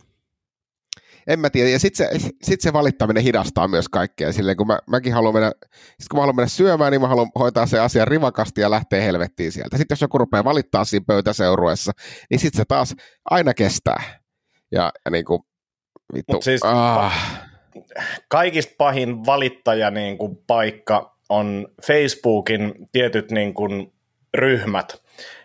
en mä tiedä, ja sitten se, sit se valittaminen hidastaa myös kaikkea, silleen kun mä, mäkin haluan mennä, sit kun mä haluan mennä syömään, niin mä haluan hoitaa sen asian rivakasti ja lähteä helvettiin sieltä. Sitten jos joku rupeaa valittaa siinä pöytäseurueessa, niin sitten se taas aina kestää. Ja, ja niin kuin, vittu, Mut siis, ah. kaikista pahin valittaja niin kuin paikka on Facebookin tietyt niin kuin ryhmät.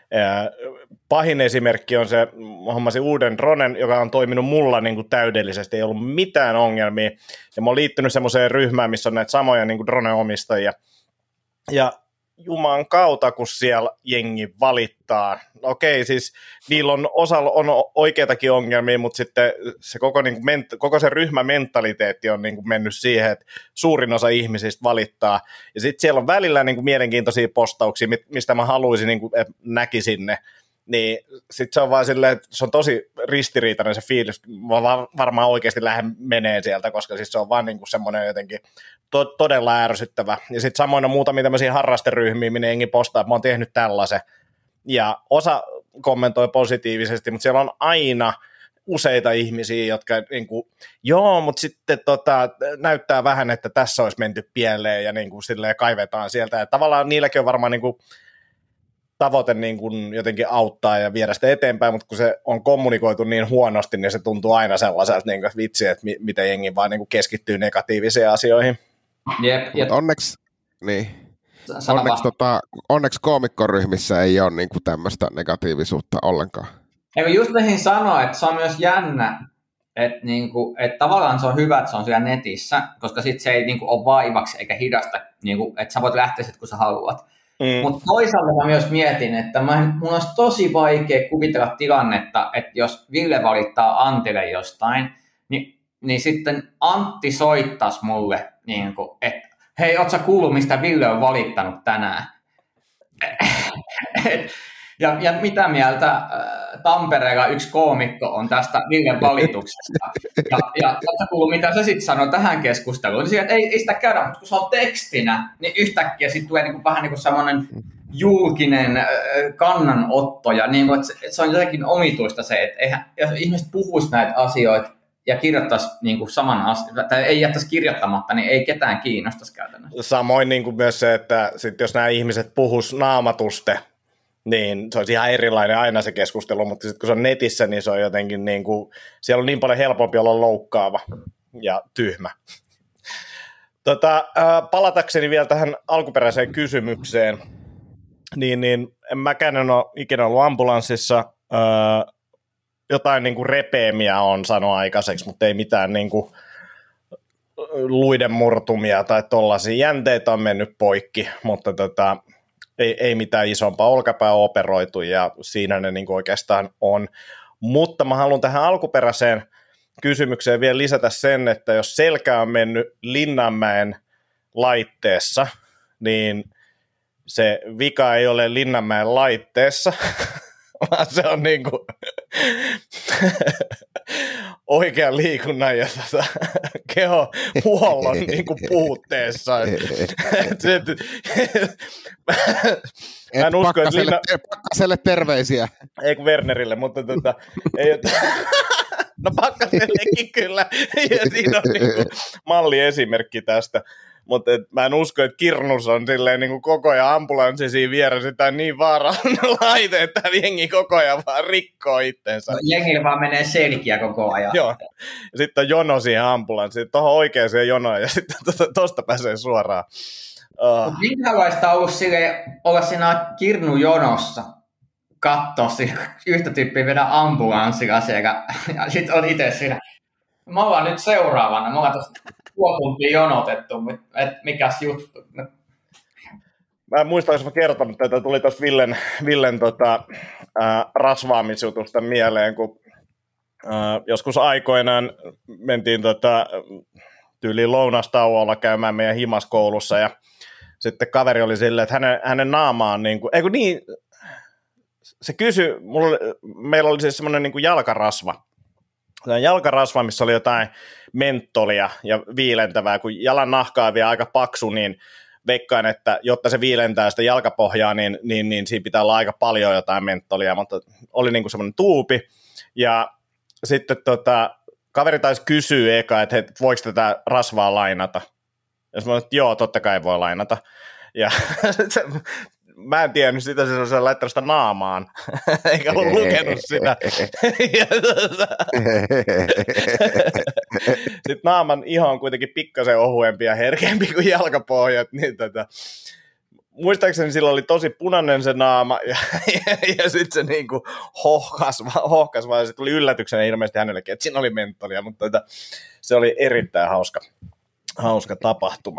Pahin esimerkki on se, hommasin uuden dronen, joka on toiminut mulla niin kuin täydellisesti, ei ollut mitään ongelmia. Ja mä oon liittynyt semmoiseen ryhmään, missä on näitä samoja niin kuin drone-omistajia. Ja juman kautta, kun siellä jengi valittaa. Okei, siis niillä on osalla on oikeitakin ongelmia, mutta sitten se koko, niin kuin, ment- koko se ryhmämentaliteetti on niin kuin mennyt siihen, että suurin osa ihmisistä valittaa. Ja sitten siellä on välillä niin kuin mielenkiintoisia postauksia, mistä mä haluaisin, niin kuin, että näkisin ne. Niin sitten se on vaan silleen, että se on tosi ristiriitainen se fiilis. Mä varmaan oikeasti lähden menee sieltä, koska siis se on vaan niinku semmoinen jotenkin to- todella ärsyttävä. Ja sitten samoin on muutamia tämmöisiä harrasteryhmiä, minne jengi postaa, että mä oon tehnyt tällaisen. Ja osa, kommentoi positiivisesti, mutta siellä on aina useita ihmisiä, jotka niin kuin, joo, mutta sitten tota, näyttää vähän, että tässä olisi menty pieleen ja niin kuin, silleen kaivetaan sieltä. Ja tavallaan niilläkin on varmaan niin kuin, tavoite niin kuin, jotenkin auttaa ja viedä sitä eteenpäin, mutta kun se on kommunikoitu niin huonosti, niin se tuntuu aina sellaiselta, niin kuin, että vitsi, että mi- miten jengi vaan niin kuin, keskittyy negatiivisiin asioihin. Jep, jep. Onneksi, niin. Sano Onneksi, tota, onneksi koomikkoryhmissä ei ole niin kuin tämmöistä negatiivisuutta ollenkaan. Ja just näihin sanoa, että se on myös jännä, että, niinku, että tavallaan se on hyvä, että se on siellä netissä, koska sitten se ei niinku, ole vaivaksi eikä hidasta, niinku, että sä voit lähteä sit, kun sä haluat. Mm. Mutta toisaalta mä myös mietin, että mä, mun olisi tosi vaikea kuvitella tilannetta, että jos Ville valittaa Antille jostain, niin, niin sitten Antti soittaisi mulle, niinku, että hei, oot sä kuullut, mistä Ville on valittanut tänään? Ja, ja mitä mieltä äh, Tampereella yksi koomikko on tästä Villen valituksesta? Ja, ja oletko kuullut, mitä se sitten sanoi tähän keskusteluun? Niin että ei, ei sitä käydä, mutta kun se on tekstinä, niin yhtäkkiä sitten tulee niinku vähän niin kuin semmoinen julkinen äh, kannanotto. Ja niin kuin, että, se, että se on jotenkin omituista se, että eihän, jos ihmiset puhuisi näitä asioita ja kirjoittaisi niin kuin saman asian, tai ei jättäisi kirjoittamatta, niin ei ketään kiinnostaisi käytännössä. Samoin niin kuin myös se, että sit jos nämä ihmiset puhuis naamatuste, niin se olisi ihan erilainen aina se keskustelu, mutta sitten kun se on netissä, niin se on jotenkin niin kuin, siellä on niin paljon helpompi olla loukkaava ja tyhmä. Tota, äh, palatakseni vielä tähän alkuperäiseen kysymykseen, niin, niin en mäkään en ole ikinä ollut ambulanssissa, äh, jotain niin kuin repeämiä on sanonut aikaiseksi, mutta ei mitään niin kuin luiden murtumia tai tollaisia. Jänteitä on mennyt poikki, mutta tota, ei, ei mitään isompaa, olkapää on operoitu ja siinä ne niin kuin oikeastaan on. Mutta mä haluan tähän alkuperäiseen kysymykseen vielä lisätä sen, että jos selkä on mennyt Linnanmäen laitteessa, niin se vika ei ole Linnanmäen laitteessa, vaan se on niin kuin oikean liikunnan ja tota, kehohuollon niin kuin puutteessa. Mä en usko, että Linna... Pakkaselle terveisiä. Ei kun Wernerille, mutta tota, ei, no Pakkasellekin kyllä, ja siinä on niin kuin malliesimerkki tästä. Mutta mä en usko, että Kirnus on silleen niin kuin koko ajan ambulanssi siinä vieressä, tai niin vaarallinen laite, että jengi koko ajan vaan rikkoo itsensä. No, jengillä vaan menee selkiä koko ajan. Joo, ja sitten on jono siihen ambulanssiin, tuohon oikeaan jonoon, ja sitten tuosta pääsee suoraan. Uh. Minkälaista on ollut sille, olla siinä Kirnu-jonossa, katsoa yhtä tyyppiä vedä ambulanssilla siellä, ja sitten on itse siinä. Me ollaan nyt seuraavana, me ollaan tuossa puoli tuntia jonotettu, että mikäs juttu. Mä en muista, jos mä kertonut tätä, tuli tuossa Villen, Villen tota, äh, rasvaamisjutusta mieleen, kun äh, joskus aikoinaan mentiin tota, tyyliin lounastauolla käymään meidän himaskoulussa, ja sitten kaveri oli silleen, että hänen, hänen naama on niin kuin, ei kun niin, se kysyi, mulla, meillä oli siis semmoinen niin kuin jalkarasva, jalkarasva, missä oli jotain mentolia ja viilentävää, kun jalan nahka on vielä aika paksu, niin veikkaan, että jotta se viilentää sitä jalkapohjaa, niin, niin, niin siinä pitää olla aika paljon jotain mentolia, mutta oli niin kuin semmoinen tuupi, ja sitten tota, kaveri taisi kysyä eka, että hei, voiko tätä rasvaa lainata, ja mä sanoin, että joo, totta kai voi lainata, ja mä en tiennyt sitä, se on laittanut sitä naamaan, eikä ollut lukenut sitä. Sitten naaman iho on kuitenkin pikkasen ohuempi ja herkempi kuin jalkapohjat. Niin tota, muistaakseni sillä oli tosi punainen se naama, ja, ja, ja sitten se niinku hohkas, hohkas vaan, ja se tuli yllätyksenä ilmeisesti hänellekin, että siinä oli mentolia, mutta tota, se oli erittäin hauska, hauska tapahtuma.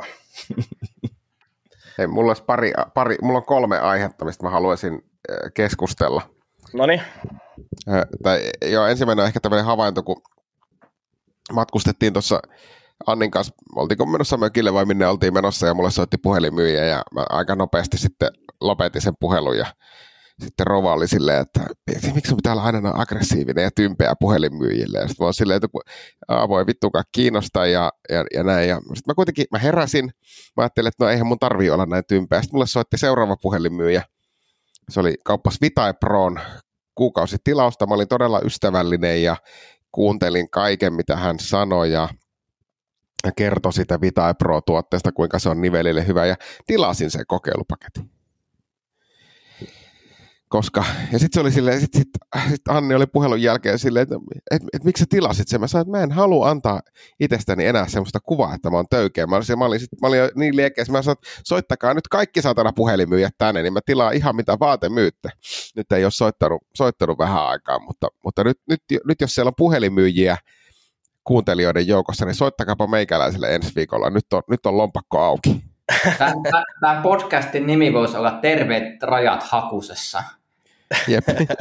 Hei, mulla, olisi pari, pari, mulla on kolme aihetta, mistä mä haluaisin keskustella. Noniin. Tai, joo, ensimmäinen on ehkä tämmöinen havainto, kun matkustettiin tuossa Annin kanssa, oltiinko menossa mökille vai minne oltiin menossa, ja mulle soitti puhelinmyyjä, ja mä aika nopeasti sitten lopetin sen puhelun, ja sitten Rova oli silleen, että miksi sun pitää olla aina aggressiivinen ja tympeä puhelinmyyjille, ja sitten mä oon silleen, että Aa, voi vittukaan kiinnostaa, ja, ja, ja näin, ja sitten mä kuitenkin, mä heräsin, mä ajattelin, että no eihän mun tarvii olla näin tympeä, sitten mulle soitti seuraava puhelinmyyjä, se oli kauppas Vitae Proon kuukausi tilausta. Mä olin todella ystävällinen ja kuuntelin kaiken, mitä hän sanoi ja kertoi sitä Vitae Pro-tuotteesta, kuinka se on nivelille hyvä, ja tilasin sen kokeilupaketin. Koska, ja sitten se oli silleen, sit, sit, sit Anni oli puhelun jälkeen silleen, että et, et, miksi sä tilasit sen? Mä sanoin, että mä en halua antaa itsestäni enää semmoista kuvaa, että mä oon töykeä. Mä olin, mä olin, sit, mä olin jo niin liekeessä, mä sanoin, että soittakaa nyt kaikki saatana puhelinmyyjät tänne, niin mä tilaan ihan mitä vaate myytte. Nyt ei ole soittanut, soittanut vähän aikaa, mutta, mutta nyt, nyt, nyt jos siellä on puhelinmyyjiä kuuntelijoiden joukossa, niin soittakaapa meikäläiselle ensi viikolla. Nyt on, nyt on lompakko auki. Tämä podcastin nimi voisi olla Terveet rajat hakusessa. Jep.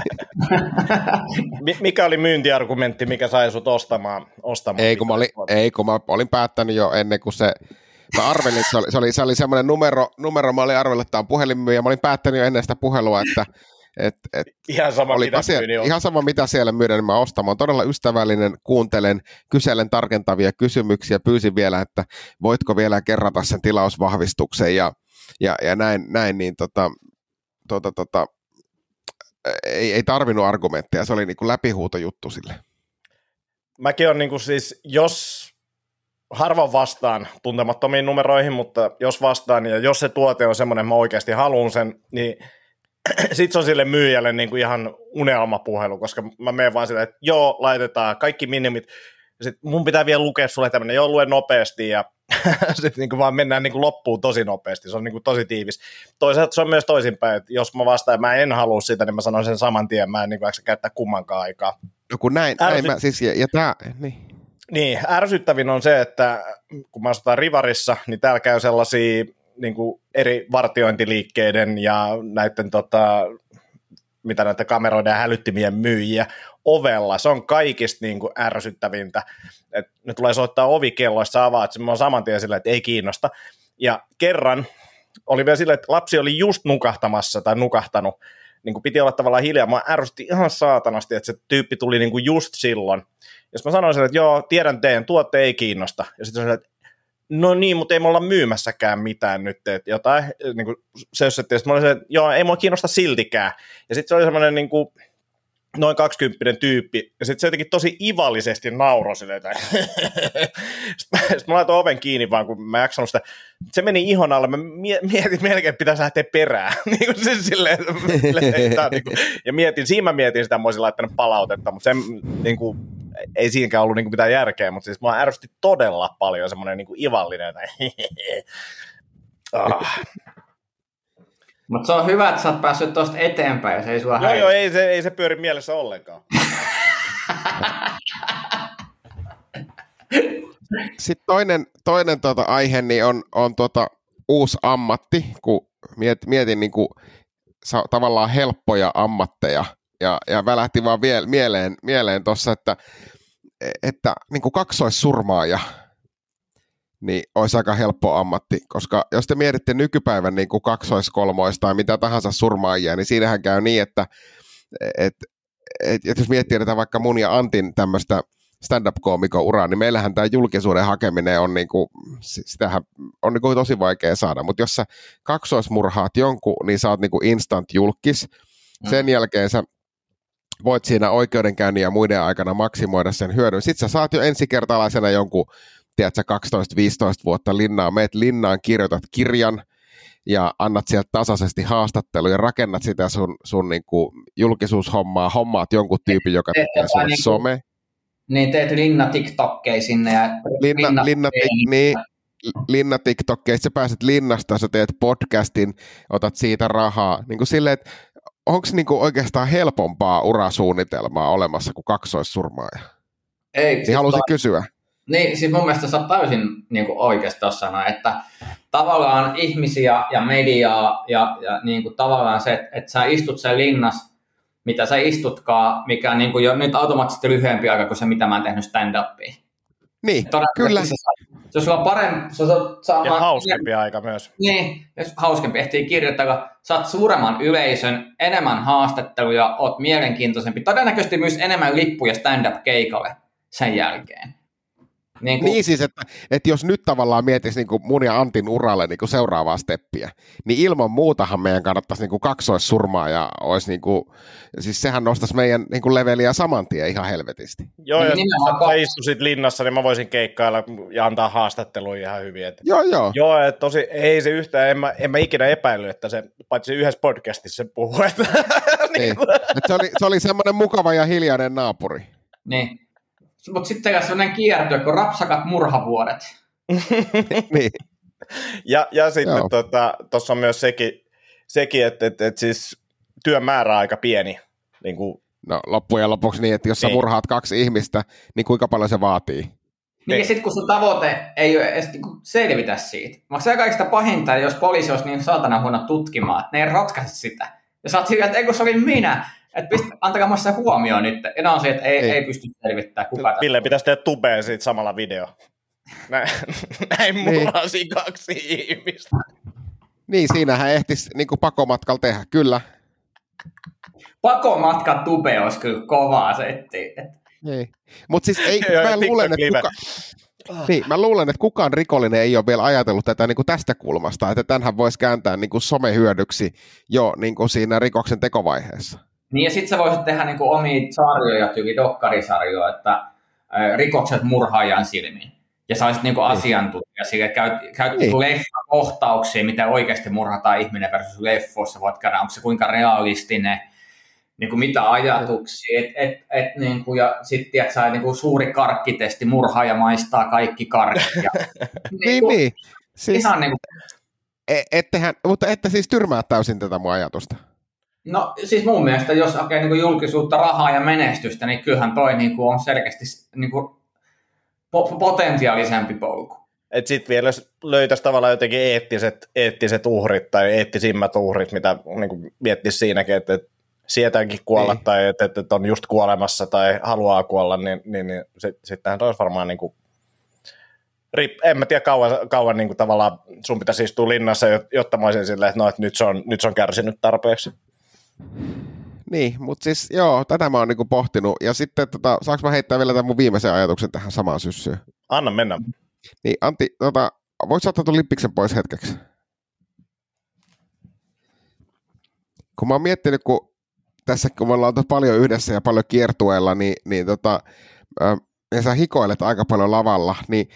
Mikä oli myyntiargumentti, mikä sai sut ostamaan? ostamaan ei, kun mä olin, ei, kun mä olin päättänyt jo ennen kuin se, mä arvelin, että se oli, se oli, se oli semmoinen numero, numero, mä olin arvellut, että tämä on puhelinmyyjä, mä olin päättänyt jo ennen sitä puhelua, että et, et, ihan, sama, mitä siellä, myydin, ihan sama mitä siellä myydään, niin mä ostan. Mä oon todella ystävällinen, kuuntelen, kyselen tarkentavia kysymyksiä, pyysin vielä, että voitko vielä kerrata sen tilausvahvistuksen ja, ja, ja näin, näin, niin tota, tota, tota, ei, ei tarvinnut argumentteja, se oli niin kuin läpihuutojuttu sille. Mäkin on niin kuin siis, jos harvoin vastaan tuntemattomiin numeroihin, mutta jos vastaan ja jos se tuote on semmoinen, mä oikeasti haluan sen, niin sitten se on sille myyjälle niin kuin ihan unelmapuhelu, koska mä menen vaan sille, että joo, laitetaan kaikki minimit, sitten mun pitää vielä lukea sulle tämmöinen, joo, lue nopeasti, ja sitten niin kuin vaan mennään niin kuin loppuun tosi nopeasti, se on niin kuin tosi tiivis. Toisaalta se on myös toisinpäin, että jos mä vastaan, että mä en halua sitä, niin mä sanon sen saman tien, mä en niin kuin käyttää kummankaan aikaa. Joku näin, Ärsy... näin mä, siis, ja, ja tää, niin. Niin, ärsyttävin on se, että kun mä asutaan Rivarissa, niin täällä käy sellaisia niin kuin eri vartiointiliikkeiden ja näiden, tota, mitä näitä kameroiden ja hälyttimien myyjiä ovella. Se on kaikista niin kuin ärsyttävintä. Et ne tulee soittaa ovikelloista, sä avaat sen, mä oon saman tien silleen, että ei kiinnosta. Ja kerran oli vielä silleen, että lapsi oli just nukahtamassa tai nukahtanut, niin kuin piti olla tavallaan hiljaa. Mä ärsytti ihan saatanasti, että se tyyppi tuli niin kuin just silloin. Jos mä sanoin sille, että joo, tiedän teidän, tuotte ei kiinnosta. Ja sitten se oli, että no niin, mutta ei me olla myymässäkään mitään nyt, että jotain, niin kuin se, että mä olin se, että joo, ei mua kiinnosta siltikään. Ja sitten se oli semmoinen niin kuin noin kaksikymppinen tyyppi, ja sitten se jotenkin tosi ivallisesti nauroi silleen, että sitten mä laitoin oven kiinni vaan, kun mä jaksanut sitä, se meni ihon alle, mä mietin melkein, että pitäisi lähteä perään, niin kuin se silleen, niin kuin, ja mietin, siinä mä mietin sitä, mä olisin laittanut palautetta, mutta se niin kuin, ei siinäkään ollut niin kuin mitään järkeä, mutta siis mä ärsytti todella paljon semmoinen niin kuin ivallinen, ah. Mutta se on hyvä, että sä oot päässyt tuosta eteenpäin, ja se ei sua Joo, joo, ei se, ei se pyöri mielessä ollenkaan. Sitten toinen, toinen tuota aihe niin on, on tuota uusi ammatti, kun mietin, mietin niin kuin, tavallaan helppoja ammatteja, ja, ja välähti vaan vie, mieleen, mieleen tuossa, että, että niin kuin kaksoissurmaaja, niin olisi aika helppo ammatti, koska jos te mietitte nykypäivän niin kuin kaksoiskolmoista tai mitä tahansa surmaajia, niin siinähän käy niin, että et, et, et jos miettii tätä vaikka mun ja Antin tämmöistä stand-up-koomikon uraa, niin meillähän tämä julkisuuden hakeminen on, niin kuin, sitähän on niin kuin tosi vaikea saada, mutta jos sä kaksoismurhaat jonkun, niin sä oot niin kuin instant julkis, sen jälkeen sä voit siinä oikeudenkäynnin ja muiden aikana maksimoida sen hyödyn, sit sä saat jo ensikertalaisena jonkun tiedätkö, kaksitoista viisitoista vuotta linnaa, meet linnaan, kirjoitat kirjan ja annat sieltä tasaisesti haastatteluja ja rakennat sitä sun, sun niin kuin julkisuushommaa, hommaat jonkun tyypin, joka tekee sulle niin some. Niin, teet linna TikTokkeja sinne. Ja linna, linna, linna, niin, linna TikTokkeja, sä pääset linnasta, sä teet podcastin, otat siitä rahaa. Niin kuin silleen, että onko niin kuin oikeastaan helpompaa urasuunnitelmaa olemassa kuin kaksoissurmaaja? Ei. Niin siis haluaisin ta- kysyä. Niin, siis mun mielestä sä oot täysin niin kuin oikeasti tuossa sanoa, että tavallaan ihmisiä ja mediaa ja, ja niin kuin tavallaan se, että, että sä istut sen linnas, mitä sä istutkaan, mikä niin kuin jo nyt automaattisesti lyhyempi aika kuin se, mitä mä oon tehnyt stand-upia. Niin, kyllä. Se, se sulla on parempi. Se saa, ja hauskempi ja, aika myös. Niin, jos hauskempi ehtii kirjoittaa, saat suuremman yleisön, enemmän haastatteluja, oot mielenkiintoisempi, todennäköisesti myös enemmän lippuja stand-up-keikalle sen jälkeen. Niin, kuin, Niin siis, että, että jos nyt tavallaan mietisi niin kuin mun ja Antin uralle niin kuin seuraavaa steppiä, niin ilman muutahan meidän kannattaisi niin kuin kaksoissurmaa ja olisi niin kuin, siis sehän nostaisi meidän niin kuin leveliä saman tien ihan helvetisti. Joo, Niin, jos nimenomaan sä istuisit linnassa, niin mä voisin keikkailla ja antaa haastatteluja ihan hyvin. Että... Joo, joo. Joo, että tosi, ei se yhtään, en mä, en mä ikinä epäily, että se, paitsi yhdessä podcastissa se puhuu. Että... Niin. Että se oli, se oli semmoinen mukava ja hiljainen naapuri. niin. Mutta sitten teillä sellainen kiertue, kun rapsakat murhavuodet. Niin. Ja, ja sitten Joo. tuossa tota, on myös sekin, sekin että et, et siis työn määrä on aika pieni. Niin kuin, No loppujen lopuksi niin, että jos sä Niin. murhaat kaksi ihmistä, niin kuinka paljon se vaatii? Niin, Niin. ja sitten kun sun tavoite ei ole edes niinku selvitä siitä. Mä se kaikista pahinta, jos poliisi olisi niin saatana huono tutkimaan, että ne ei ratkaise sitä. Ja sä oot sillä, että ei kun se olin minä. Että pist, antakaa mulle se huomioon nyt. Ja ne on se, että ei, Ei. ei pysty selvittämään kuka tässä Ville on. pitäisi tehdä tubeen siitä samalla video. Näin, näin murhasi kaksi ihmistä. Niin, siinähän ehtisi niin kuin pakomatkalla tehdä, kyllä. Pakomatka tube olisi kyllä kovaa setti. Niin. Mutta siis ei, Joo, mä, luulen, että TikTok-live. kuka, niin, mä luulen, että kukaan rikollinen ei ole vielä ajatellut tätä niin kuin tästä kulmasta, että tämänhän voisi kääntää niin kuin somehyödyksi jo niin kuin siinä rikoksen tekovaiheessa. Niin ja sit sä voisit tehdä niinku omia sarjoja, tyyli dokkarisarjoja, että ä, rikokset murhaajan silmiin. Ja sä olisit niinku asiantuntija sille, että käyt, käyt Niin. niinku leffa-kohtauksia, miten oikeasti murhataan ihminen versus leffossa. Voit käydä, onko se kuinka realistinen, niinku mitä ajatuksia. Et, et, et, niinku, ja sitten tiedätkö, niinku suuri karkkitesti, murhaaja maistaa kaikki karkkia. Niin, niin. Siis, Ihan niinku, e- ettehän, mutta ette siis tyrmää täysin tätä mun ajatusta. no siis mun mielestä, jos hakee niinku julkisuutta, rahaa ja menestystä, niin kyllähän toi niinku on selkeästi niinku po- potentiaalisempi polku. Että sitten vielä jos löytäisi tavallaan jotenkin eettiset, eettiset uhrit tai eettisimmät uhrit, mitä niin miettisi siinäkin, että, että sietääkin kuolla Niin. tai että, että on just kuolemassa tai haluaa kuolla, niin, niin, niin sit, sittenhän olisi varmaan, niin kuin, en mä tiedä kauan, kauan niin kuin tavallaan sun pitäisi istua linnassa, jotta mä olisin silleen, että, no, että nyt, se on, nyt se on kärsinyt tarpeeksi. Niin, mutta siis joo, tätä mä oon niinku pohtinut. Ja sitten tota, saanko mä heittää vielä tämän mun viimeisen ajatuksen tähän samaan syssyyn? Anna mennä. Niin Antti, tota, voit ottaa tuon lippiksen pois hetkeksi? Kun mä oon miettinyt, kun tässä kun me ollaan oltu paljon yhdessä ja paljon kiertueella, niin, niin tota, äh, ja sä hikoilet aika paljon lavalla, niin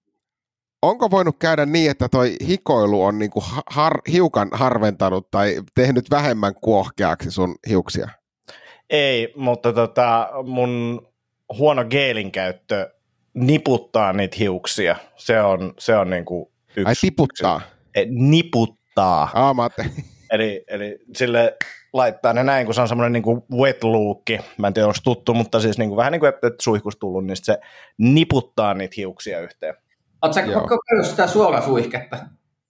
onko voinut käydä niin, että toi hikoilu on niinku har, hiukan harventanut tai tehnyt vähemmän kuohkeaksi sun hiuksia? Ei, mutta tota, mun huono geelin käyttö niputtaa niitä hiuksia. Se on, se on niinku yksi. Ai tiputtaa? Yksi, niputtaa. Aa, mä ajattelin. Eli, eli sille laittaa ne näin, kun se on semmoinen niinku wet lookki. Mä en tiedä, onko tuttu, mutta siis niinku, vähän niin kuin, että suihkus tullut, niin se niputtaa niitä hiuksia yhteen. Oletko sä Joo. kokeillut sitä suorasuihketta?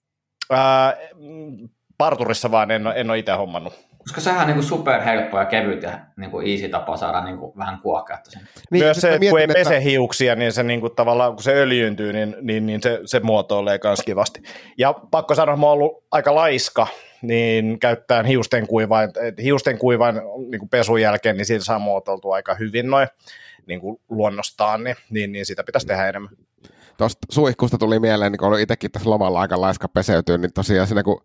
Ää, parturissa vaan en, en ole itse hommannut. Koska sehän on niinku superhelppo ja kevyt ja niinku easy tapa saada niinku vähän kuohkeutta sen. Niin, Myös sit se, mä että kun ei mietin, pese hiuksia, niin se niinku, tavallaan, kun se öljyyntyy, niin, niin, niin se, se muotoilee myös kivasti. Ja pakko sanoa, että mä oon ollut aika laiska, niin käyttää hiusten kuivain, hiusten kuivain niin kuin pesun jälkeen, niin siitä saa muotoiltua aika hyvin noin niin kuin luonnostaan, niin, niin, niin sitä pitäisi tehdä enemmän. Tuosta suihkusta tuli mieleen, niin kun olin itsekin tässä lomalla aika laiska peseytyä, niin tosiaan siinä kun,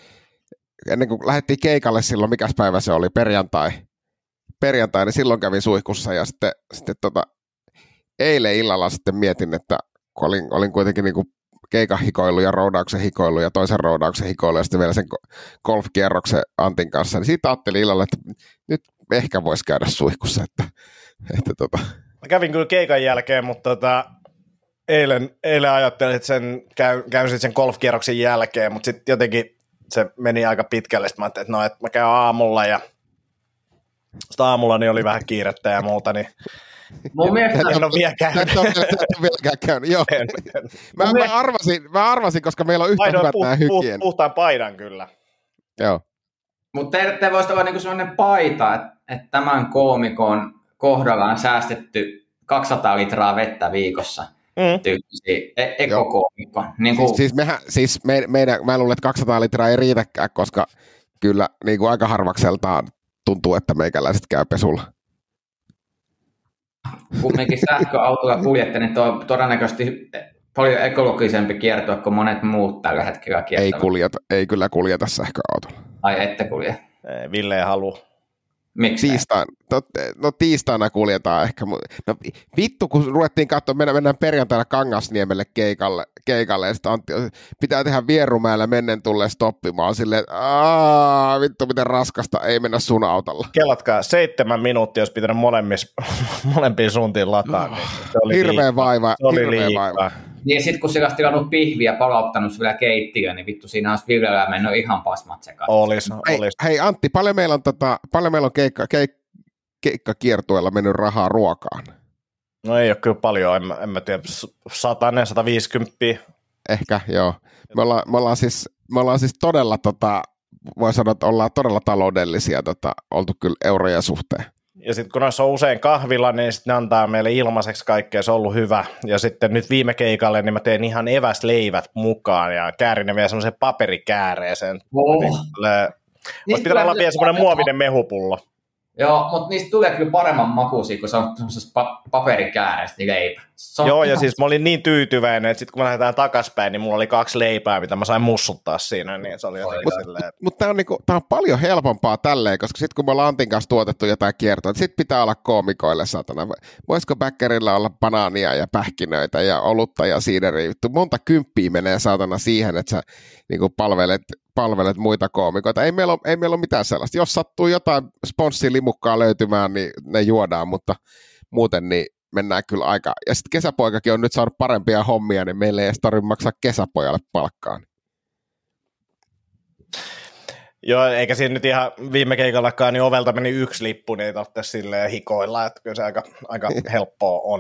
ennen kuin lähdettiin keikalle silloin, mikäs päivä se oli, perjantai, perjantai, niin silloin kävin suihkussa ja sitten, sitten tota, eilen illalla sitten mietin, että kun olin, olin kuitenkin niin kuin keikan hikoilu ja roudauksen hikoilu ja toisen roudauksen hikoilu ja sitten vielä sen golfkierroksen Antin kanssa, niin siitä ajattelin illalla, että nyt ehkä voisi käydä suihkussa, että, että tota. Mä kävin kyllä keikan jälkeen, mutta tota, eilen, eilen ajattelin, että sen, käyn, käyn sitten sen golfkierroksen jälkeen, mutta sitten jotenkin se meni aika pitkälle. Sitten mä ajattelin, että no, että mä käyn aamulla ja sitten aamulla niin oli vähän kiirettä ja muuta, niin Mun mielestä en ole vielä käynyt. Et ole, et ole vieläkään käynyt, joo. En, en. Mä, mä, arvasin, mä arvasin, koska meillä on yhtä Paidoin hyvät nämä puht, puht, hygien. puhtaan paidan kyllä. Joo. Mutta te, te voisitte olla niinku sellainen paita, että, että tämän koomikon kohdalla on säästetty kaksisataa litraa vettä viikossa. Mm. Tyyppisiä e- ekokoomikko. Niin kuin, Siis, siis, mehän, siis me, meidän, mä luulen, että kaksisataa litraa ei riitäkään, koska kyllä niin kuin aika harvakseltaan tuntuu, että meikäläiset käy pesulla. kumminkin sähköautolla kuljettaja, niin tuo on todennäköisesti paljon ekologisempi kiertoa kuin monet muut tällä hetkellä kiertävät. Ei kuljeta, ei kyllä kuljeta sähköautolla. Ai ette kulje? Ville ei halua. Miksi? Tiistain, no, no tiistaina kuljetaan ehkä. No vittu, kun ruvettiin katsoa, mennään, mennään perjantaina Kangasniemelle keikalle, keikalle ja sitten Antti, pitää tehdä Vierumäellä mennen tulleen stoppimaan silleen, että aah, vittu miten raskasta, ei mennä sun autolla. Kelatkaa, seitsemän minuuttia, jos pitänyt molempiin suuntiin lataa. Niin se oli hirveä liikaa. vaiva, Se oli hirveä liikaa. vaiva. Niin sitten kun sillä olisi tilannut pihviä ja palauttanut sillä keittiöön, niin vittu siinä olisi Villellä mennyt ihan pasmat sekaan. Olis, Hei, olis. hei Antti, paljon meillä on, tota, paljon meillä on keikka, keik, keikkakiertueella mennyt rahaa ruokaan? No ei ole kyllä paljon, en, mä- en mä tiedä, satanen, sata viisikymmentä. Ehkä, joo. Me ollaan, me ollaan, siis, me ollaan siis todella, tota, voi sanoa, että ollaan todella taloudellisia tota, oltu kyllä eurojen suhteen. Ja sitten kun noissa on usein kahvilla, niin sitten ne antaa meille ilmaiseksi kaikkea, se on ollut hyvä. Ja sitten nyt viime keikalle, niin mä tein ihan eväsleivät mukaan ja käärin ne vielä semmoiseen paperikääreeseen. Oh. Olisi pitänyt olla vielä semmoinen muovinen mehupullo. Joo, mutta niistä tulee kyllä paremman makuisia, kun se on semmoisessa pa- paperikääreistä niin leipä. Se on Joo, ja ihan- siis mä olin niin tyytyväinen, että sitten kun me lähdetään takaspäin, niin mulla oli kaksi leipää, mitä mä sain mussuttaa siinä, niin se oli jotenkin silleen. Mutta tämä on, niinku, tää on paljon helpompaa tälleen, koska sitten kun me ollaan Antin kanssa tuotettu jotain kiertoa, niin sitten pitää olla koomikoille satana. Voisiko bäkkärillä olla banaania ja pähkinöitä ja olutta ja siideriä? Monta kymppiä menee saatana siihen, että sä niinku palvelet, palvelet muita koomikoita. Ei meillä, ole, ei meillä ole mitään sellaista. Jos sattuu jotain sponssilimukkaa löytymään, niin ne juodaan, mutta muuten niin mennään kyllä aika. Ja sitten kesäpoikakin on nyt saanut parempia hommia, niin meille ei edes tarvitse maksaa kesäpojalle palkkaan. Joo, eikä siinä nyt ihan viime keikallakaan, niin ovelta meni yksi lippu, niin ei tarvitse silleen hikoilla, että kyllä se aika, aika helppoa on.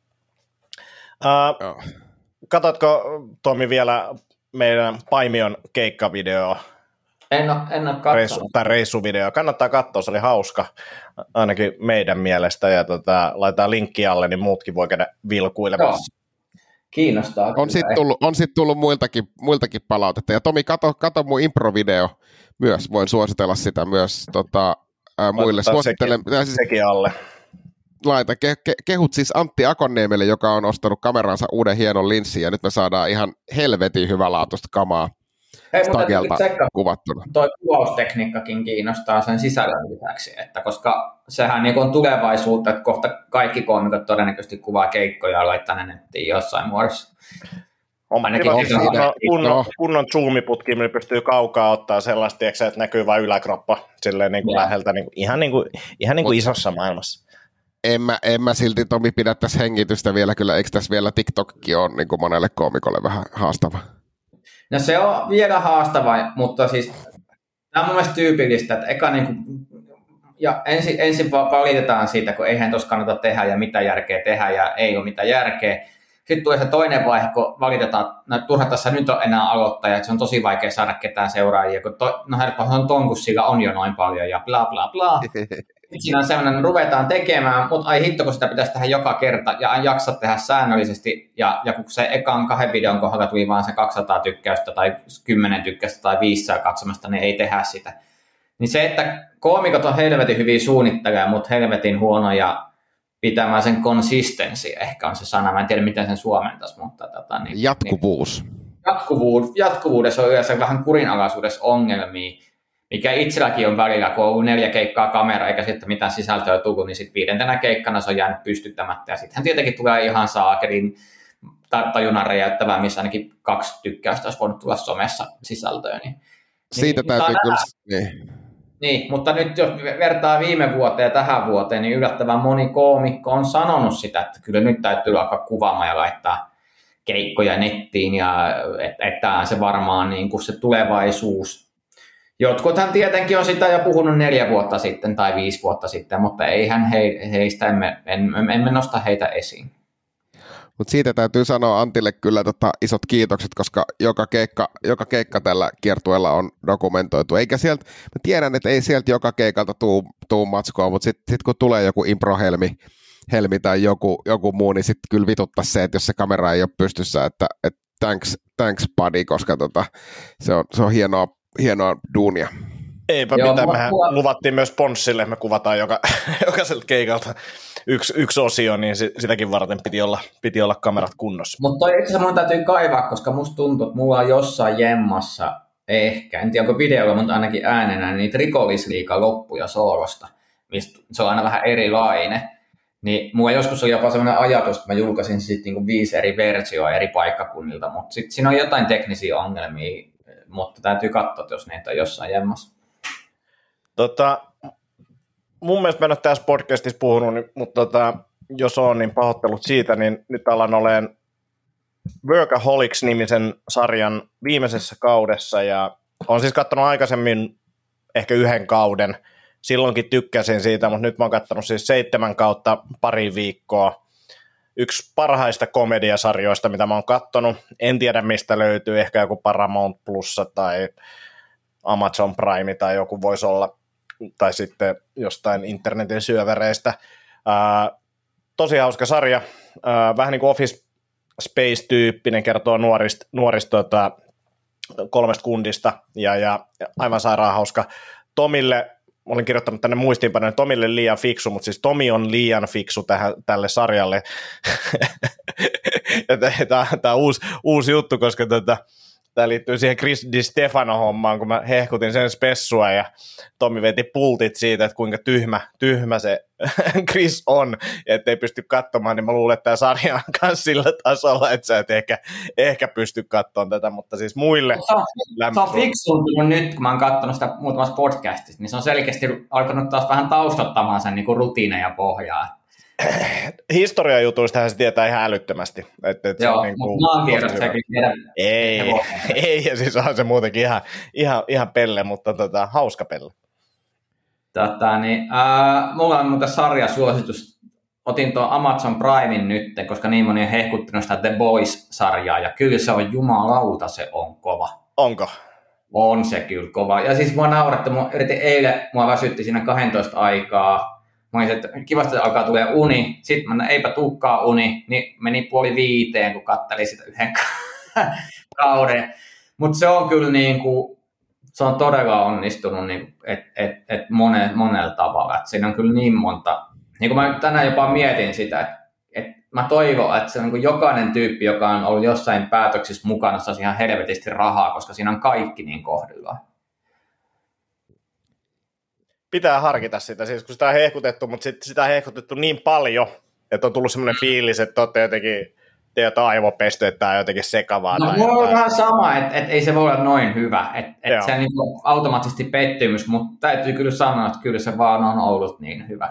Uh, Joo. Katotko, Tomi, vielä meidän Paimion keikkavideo, En ole, en ole katsonut. reissu, tai reissuvideo? Kannattaa katsoa, se oli hauska, ainakin meidän mielestä, ja tota, laitetaan linkki alle, niin muutkin voi käydä vilkuilemassa. Kiinnostaa. On sitten tullut, on sit tullut muiltakin, muiltakin palautetta. Ja Tomi, kato, kato mun improvideo myös. Voin suositella sitä myös tota, ää, muille. Laitetaan Suosittelen, sekin, siis, sekin alle. laita, ke, ke, kehut siis Antti Akonniemelle, joka on ostanut kameransa uuden hienon linssin. Ja nyt me saadaan ihan helvetin hyvälaatuista kamaa Hei, mutta Stagelta tsekkaa, kuvattuna. toi kuvaustekniikkakin kiinnostaa sen sisällön lisäksi, että koska sehän niin on tulevaisuutta, että kohta kaikki koomikot todennäköisesti kuvaa keikkoja ja laittaa ne nettiin jossain muodossa. On Ainakin kiva, on kun siinä. kunnon, kunnon, No. kunnon zoomiputki, millä pystyy kaukaa ottaa sellaista, tiiäksä, että näkyy vain yläkroppa silleen niin kuin Joo. läheltä, niin kuin, ihan niin kuin, ihan niin kuin isossa maailmassa. En mä, en mä silti, Tomi, pidä tässä hengitystä vielä. Kyllä, eikö tässä vielä TikTokkin on niin kuin monelle koomikolle vähän haastava? No se on vielä haastava, mutta siis tämä on mun mielestä tyypillistä, että eka niin kuin, ja ensin, ensin vaan valitetaan siitä, kun eihän tuossa kannata tehdä ja mitä järkeä tehdä ja ei ole mitään järkeä. Sitten tulee se toinen vaihe, kun valitetaan, no turha tässä nyt on enää aloittaja, että se on tosi vaikea saada ketään seuraajia, kun to, no helppohan on ton, kun sillä on jo noin paljon ja bla bla bla. Sitten siinä on sellainen, ruvetaan tekemään, mutta ai hitto, kun sitä pitäisi tehdä joka kerta ja en jaksa tehdä säännöllisesti. Ja, ja kun se ekan kahden videon kohdalla tuli vaan se kaksisataa tykkäystä tai kymmenen tykkäystä tai viisisataa katsomasta, niin ei tehdä sitä. Niin se, että koomikot on helvetin hyviä suunnittelemaan, mutta helvetin huonoja pitämään sen konsistenssi, ehkä on se sana. Mä en tiedä, miten sen suomentaisi, mutta tota, niin, niin Jatkuvuus. jatkuvuud, jatkuvuudessa on yleensä vähän kurinalaisuudessa ongelmia, mikä itselläkin on välillä, kun on ollut neljä keikkaa kamera eikä sitten mitään sisältöä tullut, niin sitten viidentenä keikkana se on jäänyt pystyttämättä. Ja sittenhän tietenkin tulee ihan saakelin tajunnan räjäyttävää, missä ainakin kaksi tykkäystä olisi voinut tulla somessa sisältöön. Niin, Siitä niin, täytyy mutta- kyllä... Niin. Niin, mutta nyt jos vertaa viime vuoteen ja tähän vuoteen, niin yllättävän moni koomikko on sanonut sitä, että kyllä nyt täytyy alkaa kuvaamaan ja laittaa keikkoja nettiin, ja että et tämä on se varmaan niin kuin se tulevaisuus. Jotkuthan tietenkin on sitä jo puhunut neljä vuotta sitten tai viisi vuotta sitten, mutta eihän he, heistä, emme, emme, emme nosta heitä esiin. Mutta siitä täytyy sanoa Antille kyllä tota isot kiitokset, koska joka keikka, joka keikka tällä kiertueella on dokumentoitu. Eikä sieltä, mä tiedän, että ei sieltä joka keikalta tuu, tuu matskoa, mutta sitten sit kun tulee joku improhelmi helmi tai joku, joku muu, niin sitten kyllä vituttaa se, että jos se kamera ei ole pystyssä, että, että thanks, thanks buddy, koska tota, se, on, se on hienoa, hienoa duunia. Eipä Joo, mitään, mua- mehän mua- luvattiin myös Ponssille, me kuvataan joka, jokaiselta keikalta yksi, yksi osio, niin si- sitäkin varten piti olla, piti olla kamerat kunnossa. Mutta toi itse asiassa mun täytyy kaivaa, koska musta tuntuu, että mulla on jossain jemmassa ehkä, en tiedä onko videolla, mutta ainakin äänenä, niin niitä rikollisliiga loppuja Soolosta, mistä se on aina vähän erilainen. Niin mulla joskus oli jopa sellainen ajatus, että mä julkaisin sitten niinku viisi eri versioa eri paikkakunnilta, mutta sitten siinä on jotain teknisiä ongelmia, mutta täytyy katsoa, jos niitä on jossain jemmassa. Tota, mun mielestä mä en ole tässä podcastissa puhunut, niin- mutta tota, jos on, niin pahoittelut siitä, niin nyt alan olen Workaholics-nimisen sarjan viimeisessä kaudessa, ja olen siis katsonut aikaisemmin ehkä yhden kauden, silloinkin tykkäsin siitä, mutta nyt mä oon katsonut siis seitsemän kautta pari viikkoa. Yksi parhaista komediasarjoista, mitä mä oon katsonut. En tiedä, mistä löytyy, ehkä joku Paramount Plussa tai Amazon Prime tai joku voisi olla, tai sitten jostain internetin syövereistä. Ää, tosi hauska sarja, ää, vähän niin kuin Office Space-tyyppinen, kertoo nuorista, nuorista tota, kolmesta kundista, ja, ja aivan sairaan hauska. Tomille, olin kirjoittanut tänne muistiinpanoon, Tomille liian fiksu, mutta siis Tomi on liian fiksu tähän, tälle sarjalle. Tämä on uusi, uusi juttu, koska tota, tämä liittyy siihen Chris Di Stefano-hommaan, kun mä hehkutin sen spessua ja Tomi veti pultit siitä, että kuinka tyhmä, tyhmä se Chris on, ja ettei pysty katsomaan, niin mä luulen, että tämä sarja on myös sillä tasolla, että sä et ehkä, ehkä pysty katsomaan tätä, mutta siis muille Se on, se on fiksuuntunut nyt, kun mä oon katsonut sitä muutamassa podcastissa, niin se on selkeästi alkanut taas vähän taustattamaan sen niin kuin rutiineja pohjaa. Historiajutuistahan se tietää ihan älyttömästi. Et, et Joo, se on niin kuin, mutta maantiedosta se kyllä tiedä. ei, ei, ja siis on se muutenkin ihan, ihan, ihan pelle, mutta tota, hauska pelle. Tota, niin, ää, mulla on muuten sarjasuositus. Otin tuon Amazon Primein nyt, koska niin moni on hehkuttanut sitä The Boys-sarjaa, ja kyllä se on jumalauta, se on kova. Onko? On se kyllä kova. Ja siis mua nauratti, mua yritin eilen, mua väsytti siinä kaksitoista aikaa. Mä olisin, että kivasti alkaa tulee uni, sitten mä eipä tulekaan uni, niin meni puoli viiteen, kun kattelin sitä yhden kauden. Mutta se on kyllä niin kuin, se on todella onnistunut niin et, et, et mone, monella tavalla. Et siinä on kyllä niin monta, niin kuin mä tänään jopa mietin sitä, että et mä toivon, että se on niin jokainen tyyppi, joka on ollut jossain päätöksissä mukana, saisi ihan helvetisti rahaa, koska siinä on kaikki niin kohdillaan. Pitää harkita sitä, siis kun sitä on hehkutettu, mutta sit sitä on hehkutettu niin paljon, että on tullut semmoinen fiilis, että olette jotenkin te jotain aivopesty, että tämä on jotenkin sekavaa. No, tai mulla on jotain. vähän sama, että et ei se voi olla noin hyvä, että et Joo. se on niin automaattisesti pettymys, mutta täytyy kyllä sanoa, että kyllä se vaan on ollut niin hyvä.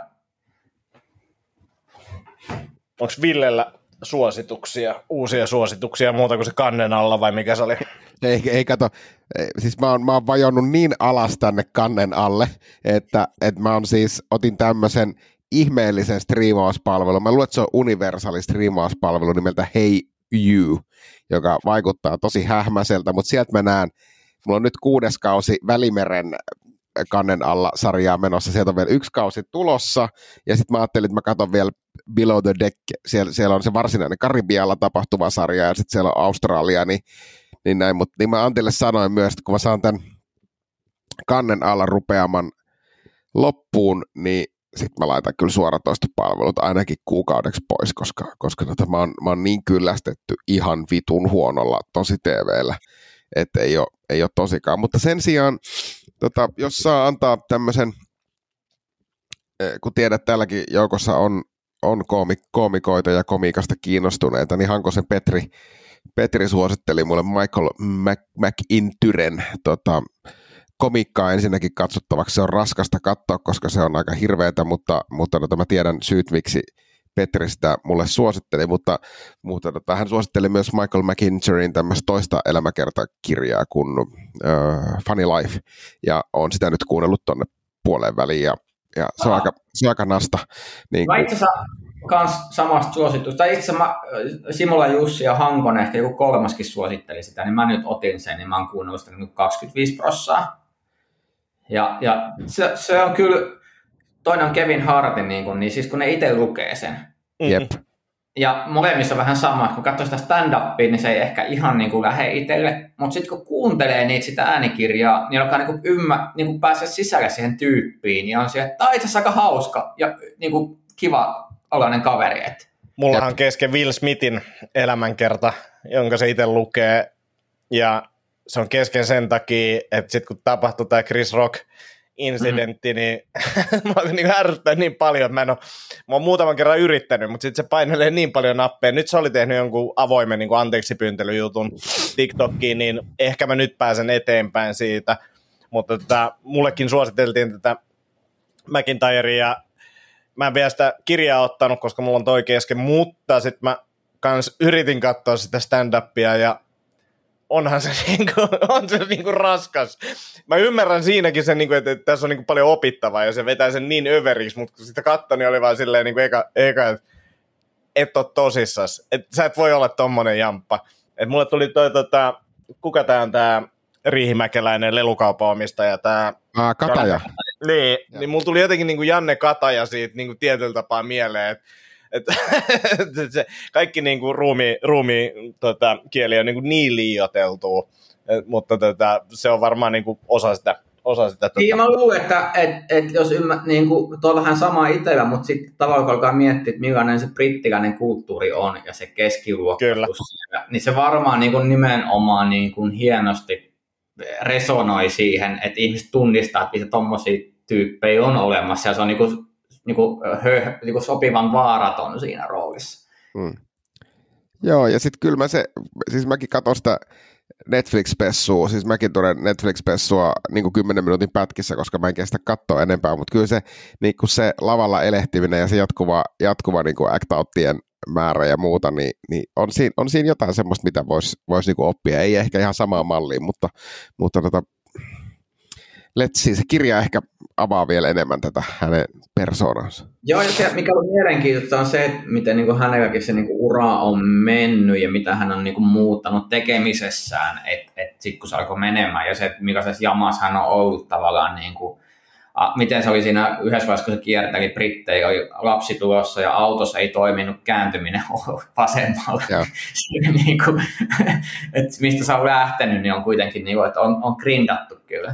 Onko Villellä suosituksia, uusia suosituksia muuta kuin se kannen alla vai mikä se oli? Ei, ei kato, ei, siis mä oon, mä oon vajonnut niin alas tänne kannen alle, että, että mä oon siis, otin tämmöisen ihmeellisen striimauspalvelun. Mä luulen, että se on universaali striimauspalvelu nimeltä Hey You, joka vaikuttaa tosi hähmäseltä, mutta sieltä mä näen, mulla on nyt kuudes kausi Välimeren kannen alla sarjaa menossa, sieltä on vielä yksi kausi tulossa, ja sitten mä ajattelin, että mä katson vielä Below the Deck, siellä, siellä on se varsinainen Karibialla tapahtuva sarja, ja sitten siellä on Australia, niin, niin näin, mutta niin mä Antille sanoin myös, että kun mä saan tämän kannen alla rupeaman loppuun, niin sitten mä laitan kyllä suoratoistopalvelut ainakin kuukaudeksi pois, koska, koska tota, mä, oon, mä oon niin kyllästetty ihan vitun huonolla tosi T V:llä, että ei ole, ei ole tosikaan, mutta sen sijaan Tota, jos saa antaa tämmöisen, kun tiedät, tälläkin joukossa on, on koomik, koomikoita ja komiikasta kiinnostuneita, niin Hankosen Petri, Petri suositteli mulle Michael Mac, McIntyren tota, komikkaa ensinnäkin katsottavaksi. Se on raskasta katsoa, koska se on aika hirveätä, mutta, mutta tota, mä tiedän syyt, miksi Petri sitä mulle suositteli, mutta, mutta tota, hän suositteli myös Michael McIntyren tämmöistä toista elämäkertakirjaa kuin uh, Funny Life, ja on sitä nyt kuunnellut tonne puoleen väliin, ja, ja se, on aika, se on aika nasta. Niin mä itse asiassa kans samasta suositusta, tai itse asiassa Simula, Jussi ja Hankonen, ehkä joku kolmaskin suositteli sitä, niin mä nyt otin sen, niin mä oon kuunnellut sitä nyt kaksikymmentäviisi prosenttia. Ja, ja se, se on kyllä, toinen on Kevin Hartin, niin, kun, niin siis kun ne itse lukee sen, Jep. ja molemmissa on vähän sama, että kun katsoo sitä stand-upia, niin se ei ehkä ihan niin kuin lähde itselle, mutta sitten kun kuuntelee niitä sitä äänikirjaa, niin alkaa niin kuin ymmä, niin kuin pääsee sisälle siihen tyyppiin, ja on se, että tämä on itse asiassa aika hauska ja niin kuin kiva olainen kaveri. Että. Mullahan on kesken Will Smithin elämänkerta, jonka se itse lukee, ja se on kesken sen takia, että sitten kun tapahtui tämä Chris Rock-incidentti, mm. niin mä oon niin ärsyttänyt niin paljon, että mä en ole, mä oon muutaman kerran yrittänyt, mutta sitten se painelee niin paljon nappeja. Nyt se oli tehnyt jonkun avoimen niin anteeksipyyntelyjutun TikTokiin, niin ehkä mä nyt pääsen eteenpäin siitä, mutta tätä, mullekin suositeltiin tätä McIntyrea, ja mä en vielä sitä kirjaa ottanut, koska mulla on toi kesken, mutta sitten mä kans yritin katsoa sitä stand-upia, ja onhan se, niinku, on se niinku raskas. Mä ymmärrän siinäkin sen, niinku, että, että tässä on niinku paljon opittavaa, ja se vetää sen niin överiksi, mutta kun sitä katsoi, niin oli vaan silleen niinku eka, eka että et ole tosissas. Että sä et voi olla tommonen jamppa. Et mulle tuli toi, tota, kuka tää on tää riihimäkeläinen lelukaupan omistaja, tää... Ah, Kataja. Niin, niin mulla tuli jotenkin niinku Janne Kataja siitä niinku tietyllä tapaa mieleen, että et, et se kaikki niinku ruumi, ruumi tota, kieli on niinku niin liioiteltua, et, mutta tota, se on varmaan niinku osa sitä. Osa sitä tota. Niin, mä luulen, että et, et jos ymmär, niinku, tuo on vähän sama itsellä, mutta sitten tavallaan kun alkaa miettiä, että millainen se brittiläinen kulttuuri on ja se keskiluokkaisuus siellä, niin se varmaan niinku nimenomaan niinku hienosti resonoi siihen, että ihmiset tunnistaa, että tommosia tyyppejä on olemassa ja se on niinku, niinku, hö, niinku sopivan vaaraton siinä roolissa. Hmm. Joo, ja sitten kyllä mä se, siis mäkin katson sitä Netflix-pessua, siis mäkin tulen Netflix-pessua niin kuin kymmenen minuutin pätkissä, koska mä en kestä katsoa enempää, mutta kyllä se, niin kuin se lavalla elehtiminen ja se jatkuva, jatkuva niin kuin act-outtien määrä ja muuta, niin, niin on, siinä, on siinä jotain semmoista, mitä voisi vois niin kuin oppia. Ei ehkä ihan samaa malliin, mutta, mutta tota, let's see, se kirja ehkä avaa vielä enemmän tätä hänen persoonansa. Joo, ja se, mikä on mielenkiintoista, on se, että miten niin kuin hänelläkin se niin kuin ura on mennyt ja mitä hän on niin kuin muuttanut tekemisessään, että et sitten kun se alkoi menemään ja se, että millaisessa jamassa hän on ollut tavallaan, niin kuin, a, miten se oli siinä yhdessä vaiheessa, kun se kierteli brittejä, oli lapsi tulossa ja autossa ei toiminut kääntyminen vasemmalla. niin kuin, että mistä se on lähtenyt, niin on kuitenkin, niin kuin, että on, on grindattu kyllä.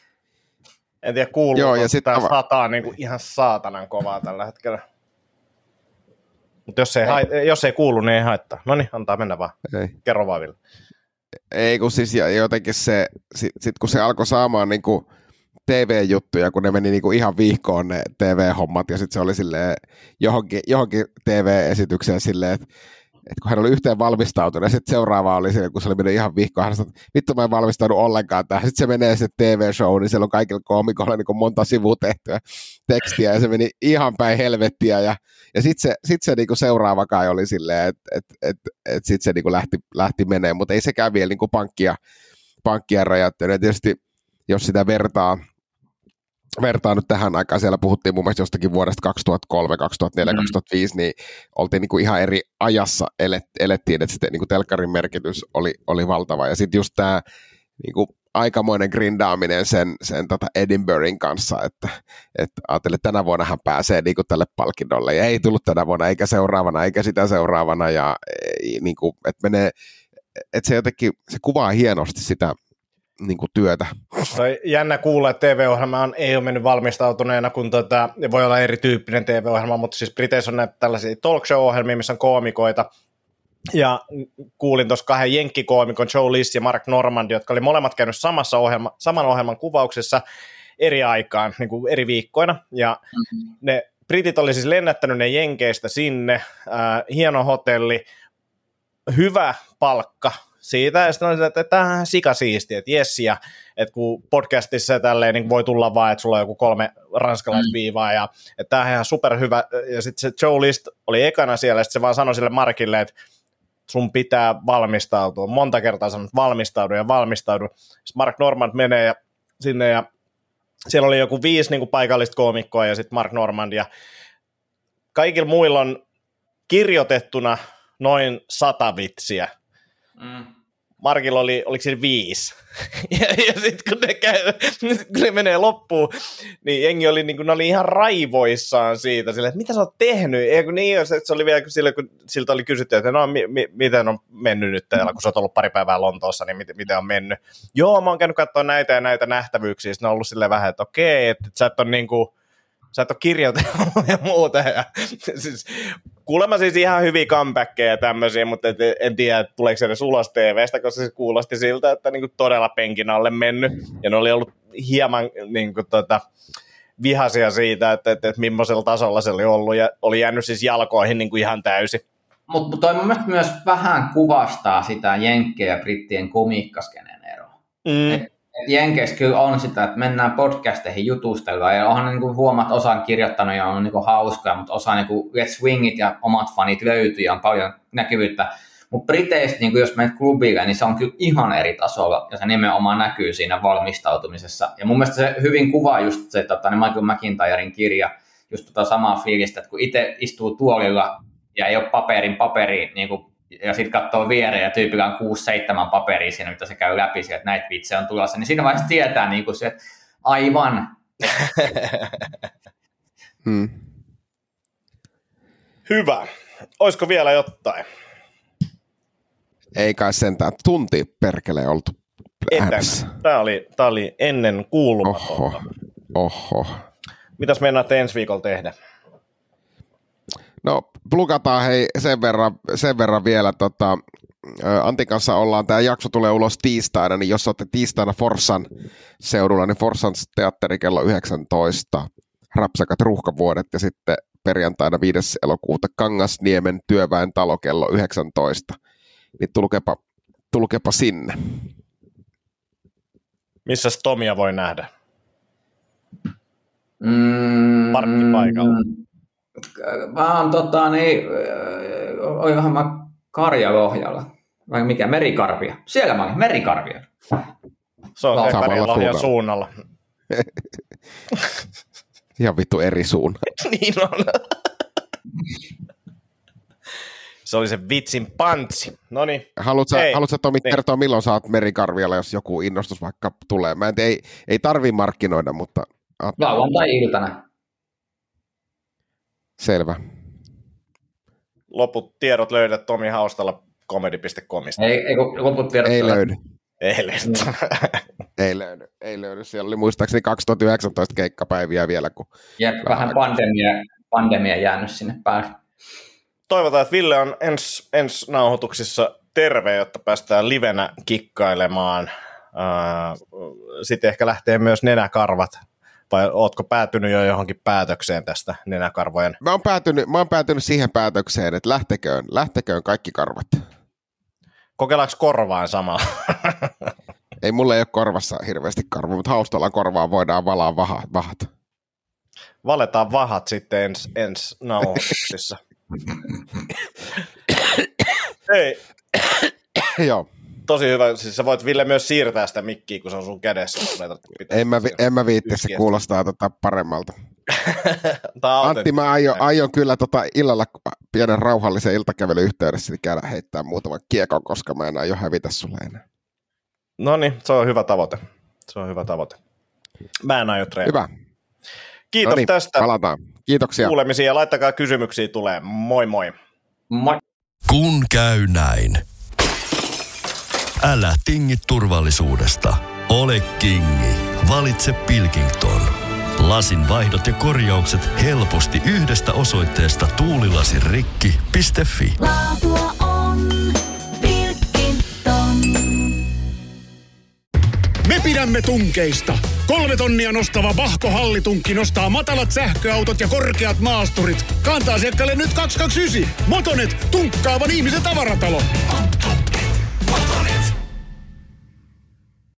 En tiedä, kuuluu, Joo, ja että tämä va- sataa niin kuin ihan saatanan kovaa tällä hetkellä. Mutta jos, hai- jos ei kuulu, niin ei haittaa. No niin, antaa mennä vaan. Ei. Kerro vaan, Ville. Ei, kun siis jotenkin se, sit, sit kun se alkoi saamaan niin kuin T V-juttuja, kun ne meni niin kuin ihan vihkoon ne T V-hommat, ja sitten se oli silleen johonkin, johonkin T V-esitykseen silleen, että että kun hän oli yhteen valmistautunut, ja sitten seuraava oli se, kun se oli mennyt ihan vihkoon, hän sanoi, että vittu mä en valmistaudu ollenkaan tähän. Sitten se menee se T V-show, niin siellä on kaikilla koomikoilla niin monta sivua tehtyä tekstiä, ja se meni ihan päin helvettiä, ja, ja sitten se, sit se niin kuin seuraava kai oli silleen, että et, et, et sitten se niin kuin lähti, lähti menee, mutta ei sekään vielä niin kuin pankkia, pankkia rajoittanut. Ja tietysti, jos sitä vertaa, vertaa nyt tähän aikaan, siellä puhuttiin mun mielestä jostakin vuodesta kaksituhattakolme, kaksituhattaneljä, mm. kaksituhattaviisi, niin oltiin niin kuin ihan eri ajassa elet, elettiin, että sitten niin kuin telkkarin merkitys oli, oli valtava. Ja sitten just tämä niin kuin aikamoinen grindaaminen sen, sen tota Edinburghin kanssa, että, että ajattelin, että tänä vuonna hän pääsee niin kuin tälle palkinnolle, ja ei tullut tänä vuonna, eikä seuraavana, eikä sitä seuraavana, ja niin kuin, että menee, että se jotenkin, se kuvaa hienosti sitä niin kuin työtä. Toi jännä kuulla, että T V-ohjelma on, ei ole mennyt valmistautuneena, kun tota, voi olla erityyppinen T V-ohjelma, mutta siis Briteissä on näitä tällaisia talk show-ohjelmia, missä on koomikoita, ja kuulin tuossa kahden jenkkikoomikon, Joe Liss ja Mark Normand, jotka oli molemmat käynyt samassa ohjelma, saman ohjelman kuvauksessa eri aikaan, niin kuin eri viikkoina, ja mm-hmm. ne britit oli siis lennättänyt ne jenkeistä sinne, äh, hieno hotelli, hyvä palkka siitä, ja sitten on se, että tämä on sikasiisti, että jes, ja että kun podcastissa tälleen niin voi tulla vaan, että sulla on joku kolme ranskalaisviivaa, ja että tämä on ihan superhyvä, ja sitten se Joe List oli ekana siellä, ja sitten se vaan sanoi sille Markille, että sun pitää valmistautua, monta kertaa sanonut valmistaudu ja valmistaudu, sitten Mark Normand menee ja sinne, ja siellä oli joku viisi niin kuin paikallista koomikkoa, ja sitten Mark Normand, ja kaikilla muilla on kirjoitettuna noin sata vitsiä, mm. Markilla oli, oliko siinä viisi. ja ja sitten kun, kun ne menee loppuun, niin jengi oli, niin kun, ne oli ihan raivoissaan siitä, sille, että mitä sä oot tehnyt? Ja kun niin, se oli vielä silloin, kun siltä oli kysytty, että no mi, mi, miten on mennyt nyt täällä, kun sä oot ollut pari päivää Lontoossa, niin miten, miten on mennyt? Joo, mä oon käynyt katsoa näitä ja näitä nähtävyyksiä, sitten on ollut silleen vähän, että okei, että sä et ole niin kuin, sä et ole kirjoitellut ja muuta. Ja, siis, kuulemma siis ihan hyviä comebackkejä ja tämmöisiä, mutta et, en tiedä, että tuleeko se edes ulos T V:stä, koska se kuulosti siltä, että niinku todella penkin alle mennyt. Ja ne oli ollut hieman niinku, tota, vihaisia siitä, että, että, että millaisella tasolla se oli ollut. Ja oli jäänyt siis jalkoihin niinku ihan täysin. Mutta toi mun mielestä myös vähän kuvastaa sitä Jenkkien ja brittien komiikkaskeneen eroa. Mm. Et, et Jenkeissä kyllä on sitä, että mennään podcasteihin jutustelua, ja onhan niinku huomaat, että osa on kirjoittanut ja on niinku hauskaa, mutta osa niinku Let's Wingit ja omat fanit löytyy ja on paljon näkyvyyttä. Mutta Briteistä, niinku jos menet klubille, niin se on kyllä ihan eri tasolla, ja se nimenomaan näkyy siinä valmistautumisessa. Ja mun mielestä se hyvin kuvaa just se tota, niin Michael McIntyren kirja, just tota samaa fiilistä, että kun itse istuu tuolilla ja ei ole paperin paperi, niin kuin, ja sitten katsoo viereen ja tyypillä on kuusi seitsemän paperia siinä, mitä se käy läpi, että näitä vitsejä on tulossa, niin siinä vaiheessa tietää niin kuin se, että aivan. hmm. Hyvä. Olisiko vielä jotain? Ei kai sentään tunti perkele oltu äänessä. Tämä oli, tämä oli ennen kuulumatonta. Oho, oho. Mitäs mennään ensi viikolla tehdä? No, plukataan hei sen verran, sen verran vielä, tota, Antin kanssa ollaan, tämä jakso tulee ulos tiistaina, niin jos olette tiistaina Forssan seudulla, niin Forssan teatteri kello yhdeksäntoista, Rapsakat ruuhkavuodet, ja sitten perjantaina viides elokuuta Kangasniemen työväen talo kello yhdeksäntoista, niin tulkepa, tulkepa sinne. Missäs Tomia voi nähdä? Mm, Parkkipaikalla. Mä oon tota niin, olinkohan mä Karjalohjalla, vai mikä, Merikarvia. Siellä mä olin, Merikarvia. Se on Samalla Karjalohjan suunnalla. Ihan vittu eri suunnan. Niin on. Se oli se vitsin pantsi. Noniin. Haluatko, haluatko Tomi niin. kertoa, milloin sä oot Merikarvialla, jos joku innostus vaikka tulee? Mä en tiedä, ei, ei tarvii markkinoida, mutta... Lauantai-iltana. Selvä. Loput tiedot löydät Tomi Haustala comedy piste comista. Ei, ei, loput tiedot ei löydy. Ei löydy. ei löydy. Ei löydy. Siellä oli muistaakseni kaksituhattayhdeksäntoista keikkapäiviä vielä. Kun ja vähän pandemia, pandemia jäänyt sinne päälle. Toivotaan, että Ville on ensi ens nauhoituksissa terve, jotta päästään livenä kikkailemaan. Sitten ehkä lähtee myös nenäkarvat. Vai ootko päätynyt jo johonkin päätökseen tästä nenäkarvojen? Mä oon päätynyt, mä oon päätynyt siihen päätökseen, että lähteköön, lähteköön kaikki karvat. Kokeillaanko korvaan samalla? Ei, mulla ei ole korvassa hirveästi karvoja, mutta Haustalan korvaan voidaan valaa vahat. vahat. Valetaan vahat sitten ensi ens nauhoituksissa. Hei. Joo. Tosi hyvä. Siis sä voit, Ville, myös siirtää sitä mikkiä, kun se on sun kädessä. En mä, vi- en mä viitti, se kuulostaa tota paremmalta. Antti, mä aion, aion kyllä tota illalla pienen rauhallisen iltakävelyn yhteydessä käydä heittää muutaman kiekon, koska mä en aio hävitä sulle enää. No niin, se on hyvä tavoite. Se on hyvä tavoite. Mä en aio treenata. Hyvä. Kiitos Noniin, tästä. Palataan. Kiitoksia. Kuulemisia ja laittakaa kysymyksiä tulee. Moi moi. Moi. Kun käy näin. Älä tingi turvallisuudesta. Ole kingi. Valitse Pilkington. Lasin vaihdot ja korjaukset helposti yhdestä osoitteesta tuulilasirikki piste fi. Laatua on Pilkington. Me pidämme tunkeista. Kolme tonnia nostava Vahko Hallitunkki nostaa matalat sähköautot ja korkeat maasturit. Kantaa asiakkaalle nyt kaksisataakaksikymmentäyhdeksän. Motonet, tunkkaavan ihmisen tavaratalo.